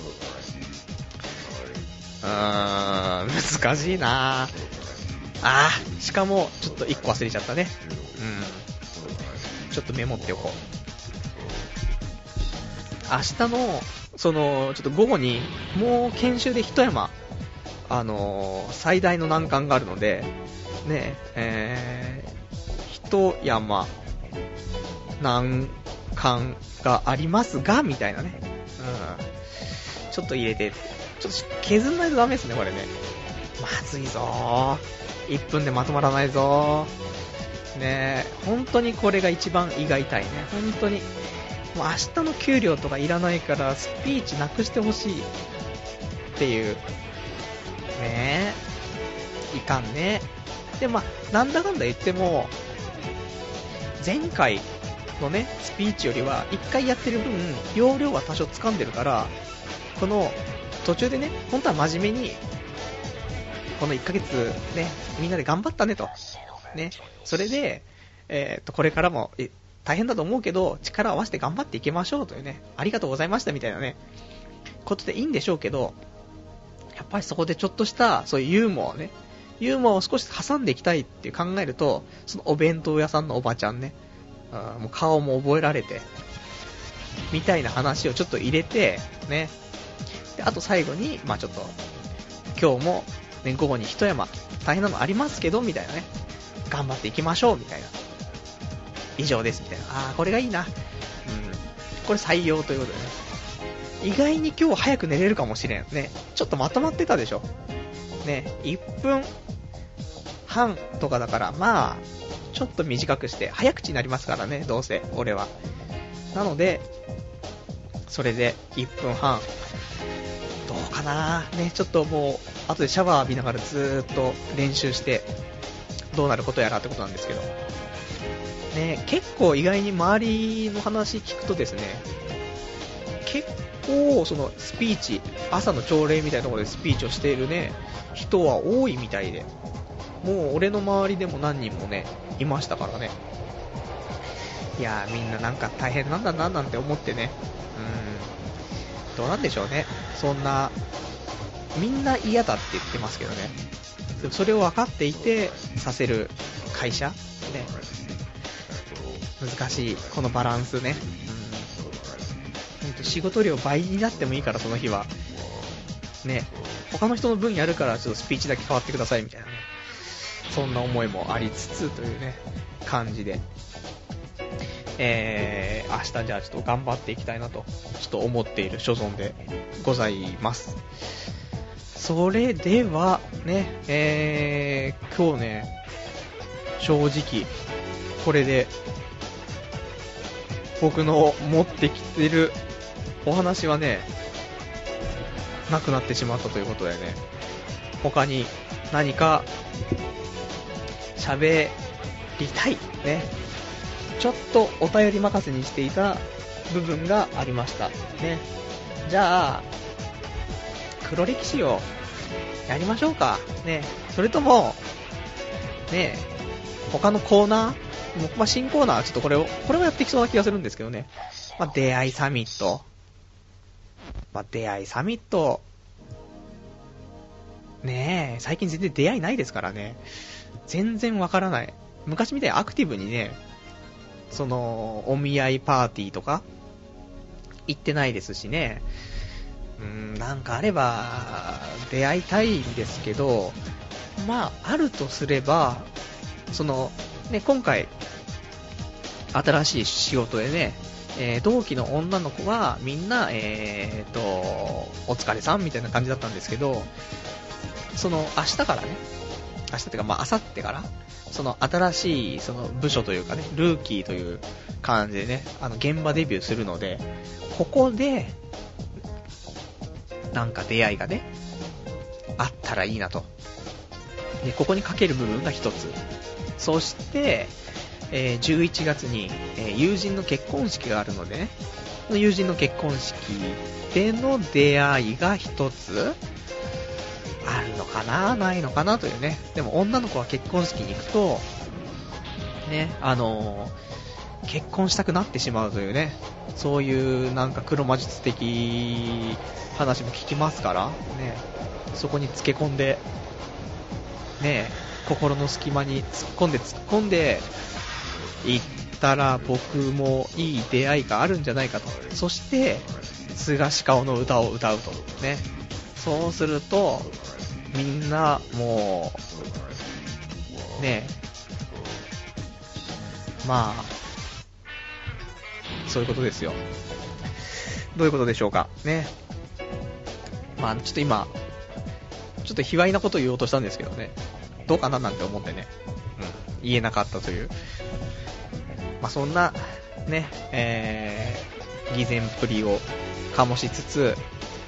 うーん、難しいなあー、しかも、ちょっといっこ忘れちゃったね。うん。ちょっとメモっておこう。明日の、その、ちょっと午後に、もう研修で一山、あのー、最大の難関があるので、ねえ、えー、一山、難関がありますが、みたいなね。うん。ちょっと入れて、ちょっと削んないとダメですね、これね。まずいぞー。いっぷんでまとまらないぞー。ねえ、本当にこれが一番胃が痛いね。本当に。もう明日の給料とかいらないからスピーチなくしてほしいっていうねえ、いかんね。でまあなんだかんだ言っても前回のねスピーチよりはいっかいやってる分容量は多少掴んでるから、この途中でね本当は真面目にこのいっかげつねみんなで頑張ったねとね、それでえー、っとこれからも大変だと思うけど力を合わせて頑張っていきましょうというね、ありがとうございましたみたいなねことでいいんでしょうけど、やっぱりそこでちょっとしたそういうユーモアをね、ユーモアを少し挟んでいきたいって考えると、そのお弁当屋さんのおばちゃんね、あもう顔も覚えられてみたいな話をちょっと入れてね、であと最後にまあちょっと今日も、ね、午後に一山大変なのありますけどみたいなね、頑張っていきましょうみたいな、以上ですみたいな、あーこれがいいな、うん、これ採用ということでね、意外に今日早く寝れるかもしれんね。ちょっとまとまってたでしょね。いっぷんはんとかだから、まあちょっと短くして早口になりますからね、どうせ俺は。なのでそれでいっぷんはんどうかなね、ちょっともう後でシャワー浴びながらずーっと練習してどうなることやらってことなんですけど、 ね、結構意外に周りの話聞くとですね、結構そのスピーチ、朝の朝礼みたいなところでスピーチをしているね、人は多いみたいで、もう俺の周りでも何人もね、いましたからね。いやー、みんななんか大変なんだななんて思ってね、うーん、どうなんでしょうね。そんな、みんな嫌だって言ってますけどね。それを分かっていてさせる会社ね、難しいこのバランスね。うん、仕事量倍になってもいいからその日はね、他の人の分やるからちょっとスピーチだけ変わってくださいみたいなね、そんな思いもありつつというね感じで、えー、明日じゃあちょっと頑張っていきたいなとちょっと思っている所存でございます。それではね、えー、今日ね、正直これで僕の持ってきてるお話はね、なくなってしまったということでね、他に何か喋りたいね、ちょっとお便り任せにしていた部分がありましたね。じゃあ黒歴史をやりましょうかね。それともね、他のコーナーも、まあ、新コーナーちょっとこれをこれもやっていきそうな気がするんですけどね。まあ、出会いサミット、まあ、出会いサミットねえ、最近全然出会いないですからね。全然わからない。昔みたいにアクティブにね、そのお見合いパーティーとか行ってないですしね。うーん、なんかあれば出会いたいんですけど、まああるとすれば、そのね、今回新しい仕事でね、えー、同期の女の子はみんなえーとお疲れさんみたいな感じだったんですけど、その明日からね、明日っていうかまあ明後日からその新しいその部署というかね、ルーキーという感じでね、あの現場デビューするので、ここでなんか出会いがねあったらいいなと。でここにかける部分が一つ。そして、えー、じゅういちがつに、えー、友人の結婚式があるのでね、友人の結婚式での出会いが一つあるのかな、ないのかなというね。でも女の子は結婚式に行くとね、あのー、結婚したくなってしまうというね、そういうなんか黒魔術的話も聞きますからね。そこにつけ込んでね、心の隙間に突っ込んで突っ込んでいったら僕もいい出会いがあるんじゃないかと。そして菅氏顔の歌を歌うとね。そうするとみんなもうね、まあそういうことですよ。どういうことでしょうかね。まあちょっと今ちょっと卑猥なことを言おうとしたんですけどね、どうかななんて思ってね、うん、言えなかったという。まあそんなね、えー、偽善っぷりを醸しつつ、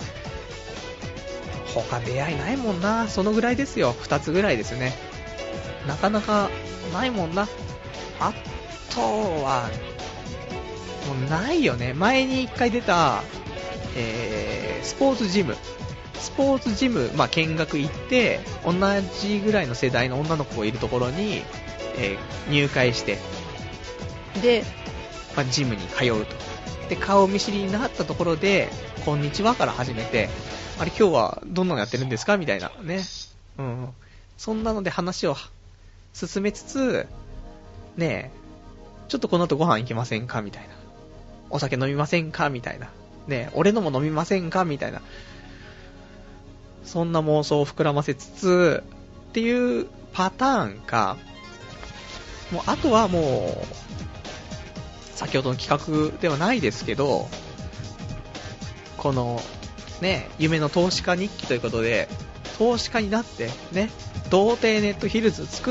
他出会いないもんな。そのぐらいですよ。二つぐらいですね。なかなかないもんな。あとはもうないよね。前に一回出た、えー、スポーツジムスポーツジム、まあ、見学行って同じぐらいの世代の女の子がいるところに、えー、入会して、で、まあ、ジムに通うと。で、顔見知りになったところでこんにちはから始めて、あれ今日はどんなのやってるんですかみたいなね、うん、そんなので話を進めつつね、ちょっとこの後ご飯行きませんかみたいな、お酒飲みませんかみたいなね、俺のも飲みませんかみたいな、そんな妄想を膨らませつつっていうパターンか、もうあとはもう先ほどの企画ではないですけど、このね、夢の投資家日記ということで投資家になってね、童貞ネットヒルズ作って、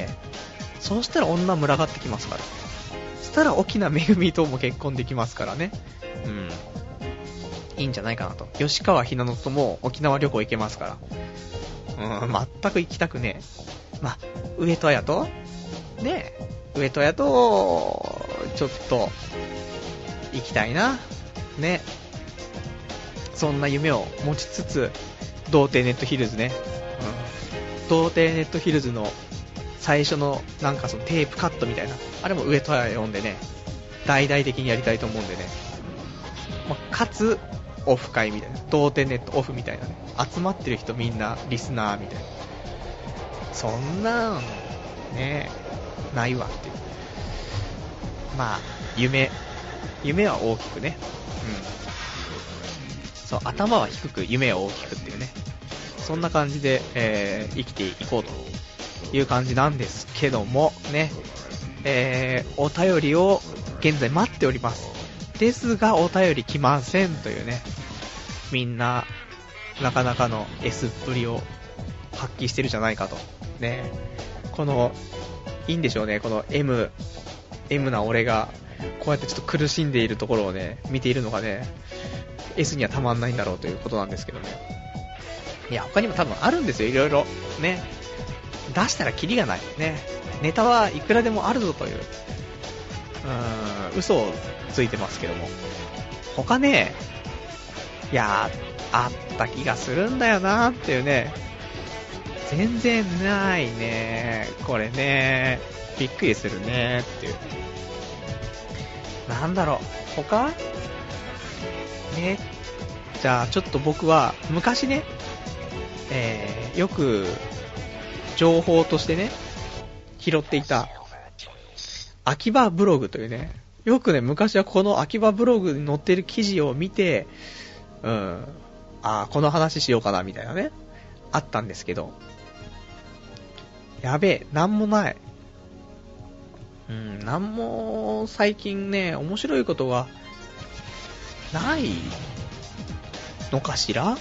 そうしたら女群がってきますから、そしたら沖縄めぐみとも結婚できますからね、うん、いいんじゃないかなと。吉川ひなのとも沖縄旅行行けますから、うん、全く行きたくねえ。まあ、上戸彩とね、 上戸屋と、ちょっと、行きたいな。ね。そんな夢を持ちつつ、童貞ネットヒルズね。うん。童貞ネットヒルズの最初のなんかそのテープカットみたいな。あれも上戸屋読んでね、大々的にやりたいと思うんでね。まあ、かつ、オフ会みたいな。童貞ネットオフみたいなね。集まってる人みんなリスナーみたいな。そんなん、ね、ないわっていう。まあ、夢、夢は大きくね。うん。そう、頭は低く、夢は大きくっていうね。そんな感じで、えー、生きていこうという感じなんですけども、ね。えー、お便りを現在待っております。ですが、お便り来ませんというね。みんな、なかなかの S っぷりを発揮してるじゃないかと。ね。この、いいんでしょうね。この M、M な俺が、こうやってちょっと苦しんでいるところをね、見ているのがね、S にはたまんないんだろうということなんですけどね。いや、他にも多分あるんですよ、いろいろ。ね。出したらキリがない。ね。ネタはいくらでもあるぞという、うーん、嘘をついてますけども。他ね、いやー、あった気がするんだよなーっていうね。全然ないね。これね、びっくりするねっていう。なんだろう、他ね。じゃあちょっと僕は昔ね、えー、よく情報としてね拾っていた秋葉ブログというね、よくね昔はこの秋葉ブログに載ってる記事を見て、うん、あーこの話しようかなみたいなねあったんですけど、やべえ、なんもない。うん、なんも最近ね面白いことがないのかしら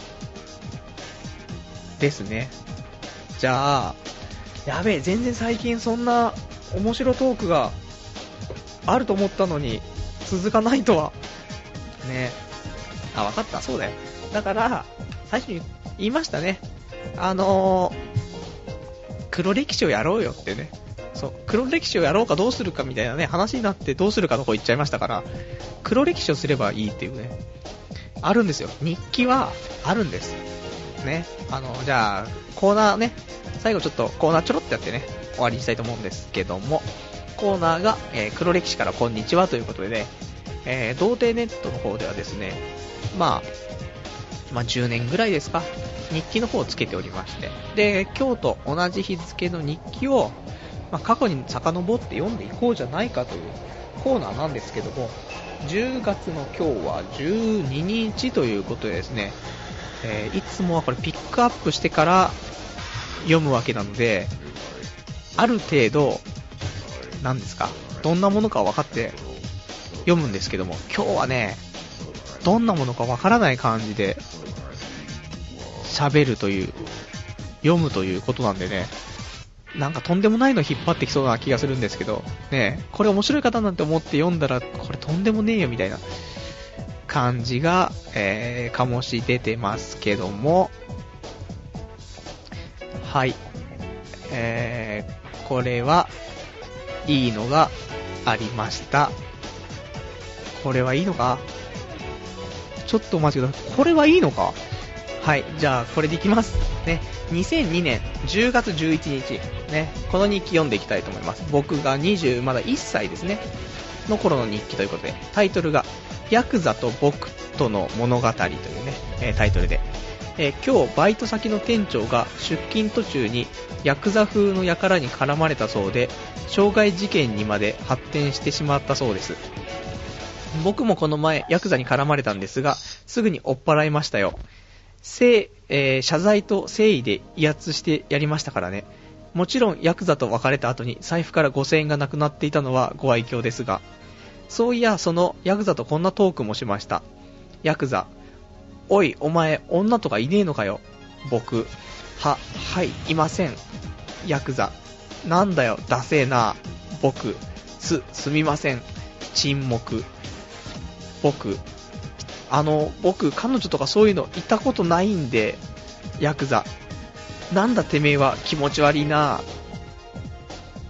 ですね。じゃあ、やべえ、全然最近そんな面白トークがあると思ったのに続かないとはね。あ、わかった、そうだよ。だから最初に言いましたね。あのー、黒歴史をやろうよってね。そう、黒歴史をやろうかどうするかみたいなね話になってどうするかの方言っちゃいましたから、黒歴史をすればいいっていうね、あるんですよ。日記はあるんですね。あのじゃあコーナーね、最後ちょっとコーナーちょろってやってね終わりにしたいと思うんですけども、コーナーが、えー、黒歴史からこんにちはということでね、えー、童貞ネットの方ではですね、まあまあじゅうねんぐらいですか、日記の方をつけておりまして、で今日と同じ日付の日記をまあ、過去に遡って読んでいこうじゃないかというコーナーなんですけども、じゅうがつの今日はじゅうににちということでですね、えー、いつもはこれピックアップしてから読むわけなので、ある程度何ですか、どんなものか分かって読むんですけども、今日はねどんなものか分からない感じで喋るという、読むということなんでね、なんかとんでもないの引っ張ってきそうな気がするんですけどね、これ面白い方なんて思って読んだらこれとんでもねえよみたいな感じが、えー、醸し出てますけども、はい、えー、これはいいのがありました。これはいいのか、ちょっとお待ちください。これはいいのか。はい、じゃあこれでいきますね。にせんにねんじゅうがつじゅういちにちね、この日記読んでいきたいと思います。僕がにじゅうまだいっさいですねの頃の日記ということで、タイトルがヤクザと僕との物語というね、えー、タイトルで、えー、今日バイト先の店長が出勤途中にヤクザ風の輩に絡まれたそうで、傷害事件にまで発展してしまったそうです。僕もこの前ヤクザに絡まれたんですが、すぐに追っ払いましたよ。せ、えー、謝罪と誠意で威圧してやりましたからね。もちろんヤクザと別れた後に財布からごせんえんがなくなっていたのはご愛嬌ですが、そういやそのヤクザとこんなトークもしました。ヤクザ、おいお前女とかいねえのかよ。僕、は、はいいません。ヤクザ、なんだよダセーな。僕、す、すみません。沈黙。僕、あの僕彼女とかそういうのいたことないんで。ヤクザ、なんだてめえは気持ち悪いな。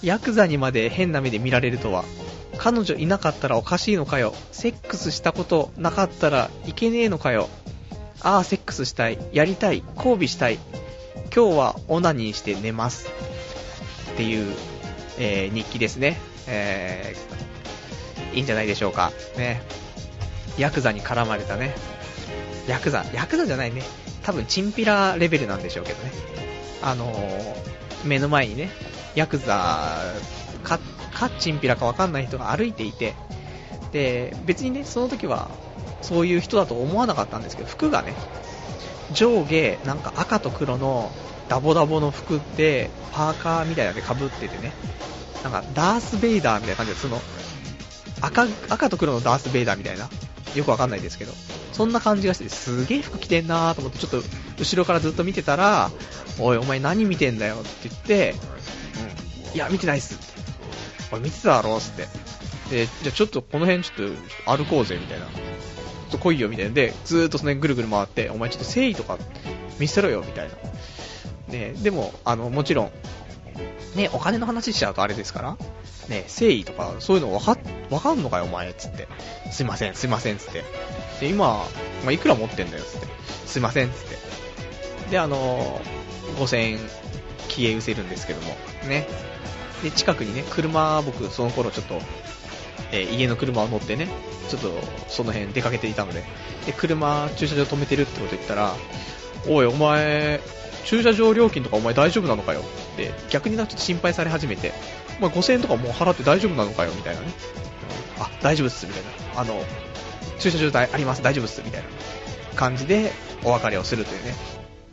ヤクザにまで変な目で見られるとは。彼女いなかったらおかしいのかよ。セックスしたことなかったらいけねえのかよ。ああ、セックスしたい、やりたい、交尾したい、今日はオナニーして寝ますっていう、えー、日記ですね。えー、いいんじゃないでしょうかね。ヤクザに絡まれたね。ヤクザ、ヤクザじゃないね。多分チンピラレベルなんでしょうけどね。あのー、目の前にね、ヤクザか、かチンピラかわかんない人が歩いていて、で、別にね、その時はそういう人だと思わなかったんですけど、服がね、上下なんか赤と黒のダボダボの服でパーカーみたいなので被っててね、なんかダースベイダーみたいな感じで、その 赤, 赤と黒のダースベイダーみたいな、よくわかんないですけど、そんな感じがして、すげえ服着てんなーと思って、ちょっと後ろからずっと見てたら、おいお前何見てんだよって言って、うん、いや見てないっすって、おい見てただろっつって、で、じゃあちょっとこの辺ちょっと歩こうぜみたいな、ちょっと来いよみたいなで、ずーっとその辺ぐるぐる回って、お前ちょっと誠意とか見せろよみたいな。ね、でもあのもちろんね、お金の話しちゃうとあれですから、ね、誠意とかそういうのわかわかんのかよお前っつって、すいませんすいませんっつって、で今、まあ、いくら持ってんだよっつって、すいませんっつって、であのごせんえん消え失せるんですけどもね。で近くにね車、僕その頃ちょっと、えー、家の車を乗ってね、ちょっとその辺出かけていたので、で車駐車場止めてるってこと言ったら、おいお前駐車場料金とかお前大丈夫なのかよって逆になんかちょっと心配され始めて、お前ごせんえんとかもう払って大丈夫なのかよみたいなね、あ大丈夫っすみたいな、あの駐車場代あります大丈夫っすみたいな感じでお別れをするというね。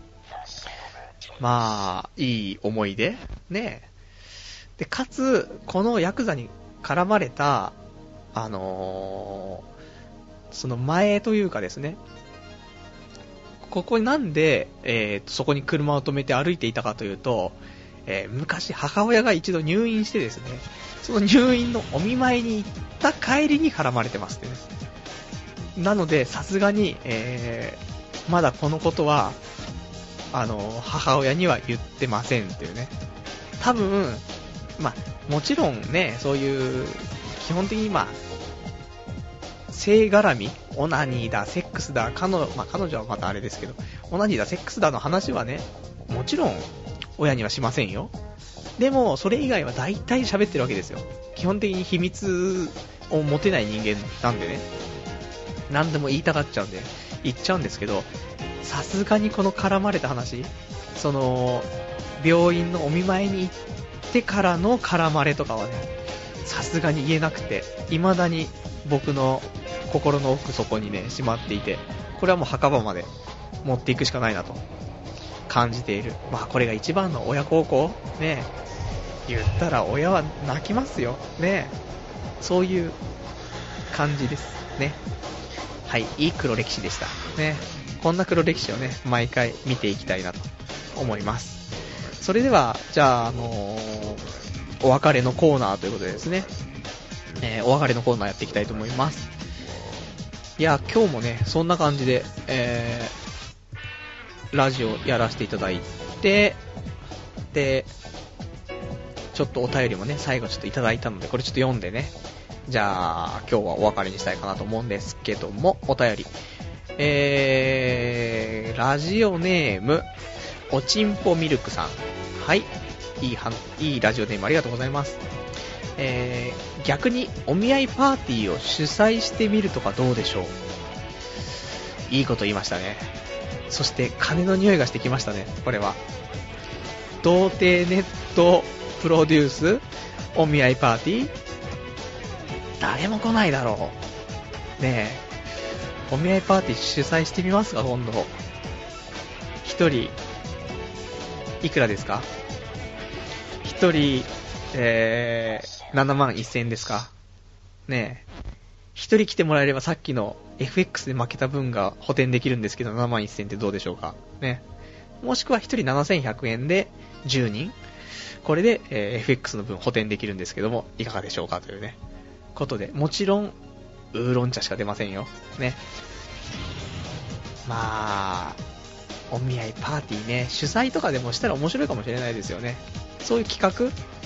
まあいい思い出ね。でかつこのヤクザに絡まれたあのー、その前というかですね、ここになんで、えー、そこに車を止めて歩いていたかというと、えー、昔母親が一度入院してですね、その入院のお見舞いに行った帰りに絡まれてますってね。なのでさすがに、えー、まだこのことはあの母親には言ってませんっていうね。多分まあもちろんね、そういう基本的にまあ性絡み、オナニーだセックスだ、彼女、まあ、彼女はまたあれですけど、オナニーだセックスだの話はね、もちろん親にはしませんよ。でもそれ以外は大体喋ってるわけですよ。基本的に秘密を持てない人間なんでね、何でも言いたがっちゃうんで言っちゃうんですけど、さすがにこの絡まれた話、その病院のお見舞いに行ってからの絡まれとかはね、さすがに言えなくて、未だに僕の心の奥底にねしまっていて、これはもう墓場まで持っていくしかないなと感じている。まあこれが一番の親孝行ね、言ったら親は泣きますよね。そういう感じですね。はい、いい黒歴史でしたね。こんな黒歴史をね毎回見ていきたいなと思います。それではじゃあ、あのー、お別れのコーナーということでですね、えー、お別れのコーナーやっていきたいと思います。いや今日もねそんな感じで、えー、ラジオやらせていただいて、でちょっとお便りもね最後ちょっといただいたので、これちょっと読んでね、じゃあ今日はお別れにしたいかなと思うんですけども、お便り、えー、ラジオネームおちんぽミルクさん、はい、いいはいいラジオネームありがとうございます。えー、逆にお見合いパーティーを主催してみるとかどうでしょう。いいこと言いましたね。そして金の匂いがしてきましたね。これは童貞ネットプロデュースお見合いパーティー、誰も来ないだろうねえ。お見合いパーティー主催してみますか今度。一人いくらですか。一人えー、ななまんせんえんですかねえ。一人来てもらえればさっきの エフエックス で負けた分が補填できるんですけど、ななまんせんえんってどうでしょうかね。もしくは一人ななせんひゃくえんでじゅうにん、これで、えー、エフエックス の分補填できるんですけども、いかがでしょうかというねことで、もちろんウーロン茶しか出ませんよね。まあお見合いパーティーね、主催とかでもしたら面白いかもしれないですよね。そういう企画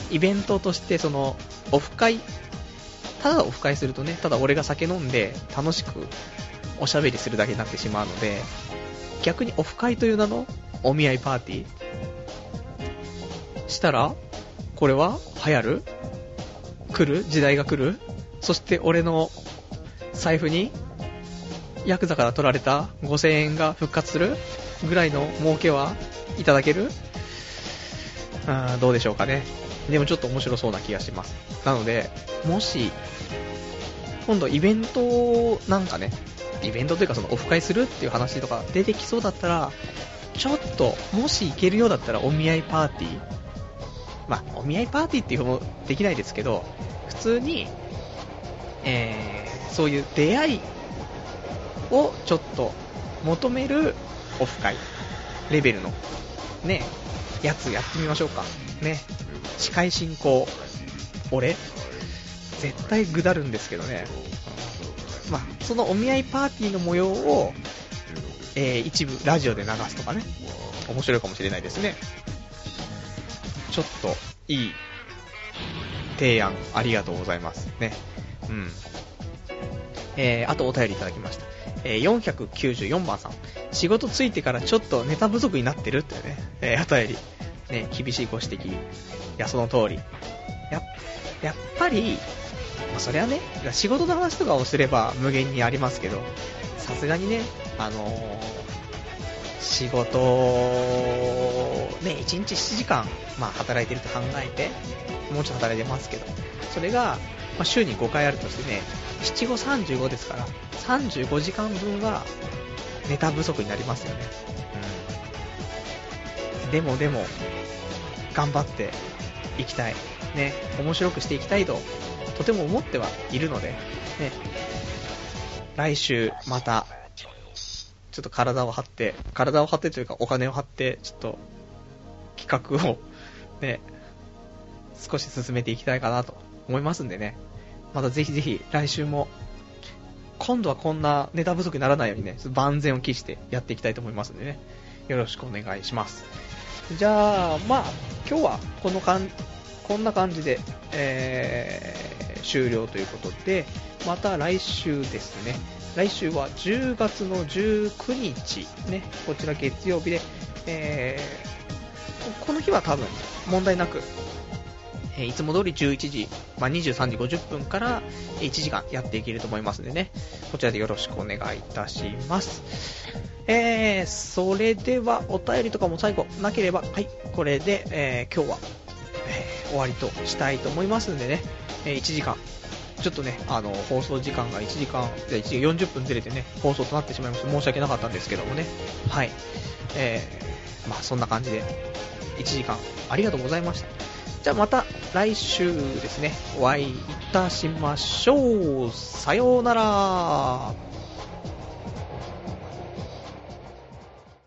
イベントとしてそのオフ会、ただオフ会するとね、ただ俺が酒飲んで楽しくおしゃべりするだけになってしまうので、逆にオフ会という名のお見合いパーティーしたら、これは流行る？来る？時代が来る？そして俺の財布にヤクザから取られたごせんえんが復活するぐらいの儲けはいただける？あー、どうでしょうかね。でもちょっと面白そうな気がします。なので、もし今度イベントなんかね、イベントというかそのオフ会するっていう話とか出てきそうだったら、ちょっともし行けるようだったらお見合いパーティー、まあお見合いパーティーっていうのもできないですけど、普通に、えー、そういう出会いをちょっと求めるオフ会レベルのねやつやってみましょうかね。司会進行俺絶対ぐだるんですけどね。まあそのお見合いパーティーの模様を、えー、一部ラジオで流すとかね、面白いかもしれないですね。ちょっといい提案ありがとうございますね。うん。えー、あとお便りいただきました。えー、よんひゃくきゅうじゅうよんばんさん。仕事ついてからちょっとネタ不足になってるってね、えー、お便り。ね、厳しいご指摘。いや、その通り。や、やっぱり、まあ、それはね、仕事の話とかをすれば無限にありますけど、さすがにね、あのー、仕事、ね、いちにちしちじかん、まあ、働いてると考えて、もうちょっと働いてますけど、それが、まあ、週にごかいあるとしてね、しちごさんじゅうごですから、さんじゅうごじかんぶんはネタ不足になりますよね。うん、でもでも、頑張っていきたい。ね、面白くしていきたいと、とても思ってはいるので、ね、来週また、ちょっと体を張って、体を張ってというかお金を張って、ちょっと企画をね、少し進めていきたいかなと思いますんでね。またぜひぜひ来週も、今度はこんなネタ不足にならないようにね、万全を期してやっていきたいと思いますんでね。よろしくお願いします。じゃあ、まあ、今日はこのかん、こんな感じで、えー、終了ということで、また来週ですね。来週はじゅうがつのじゅうくにち、ね、こちら月曜日で、えー、この日は多分問題なく、えー、いつも通りじゅういちじ、まあ、にじゅうさんじごじゅっぷんからいちじかんやっていけると思いますのでね、こちらでよろしくお願いいたします。えー、それではお便りとかも最後なければ、はい、これで、えー、今日は、えー、終わりとしたいと思いますんでね、えー、いちじかん、ちょっとね、あの、放送時間がいちじかん、いちじよんじゅっぷんずれてね、放送となってしまいまして申し訳なかったんですけどもね、はい、えー、まあそんな感じで、いちじかんありがとうございました。じゃあまた来週ですね、お会いいたしましょう。さようなら。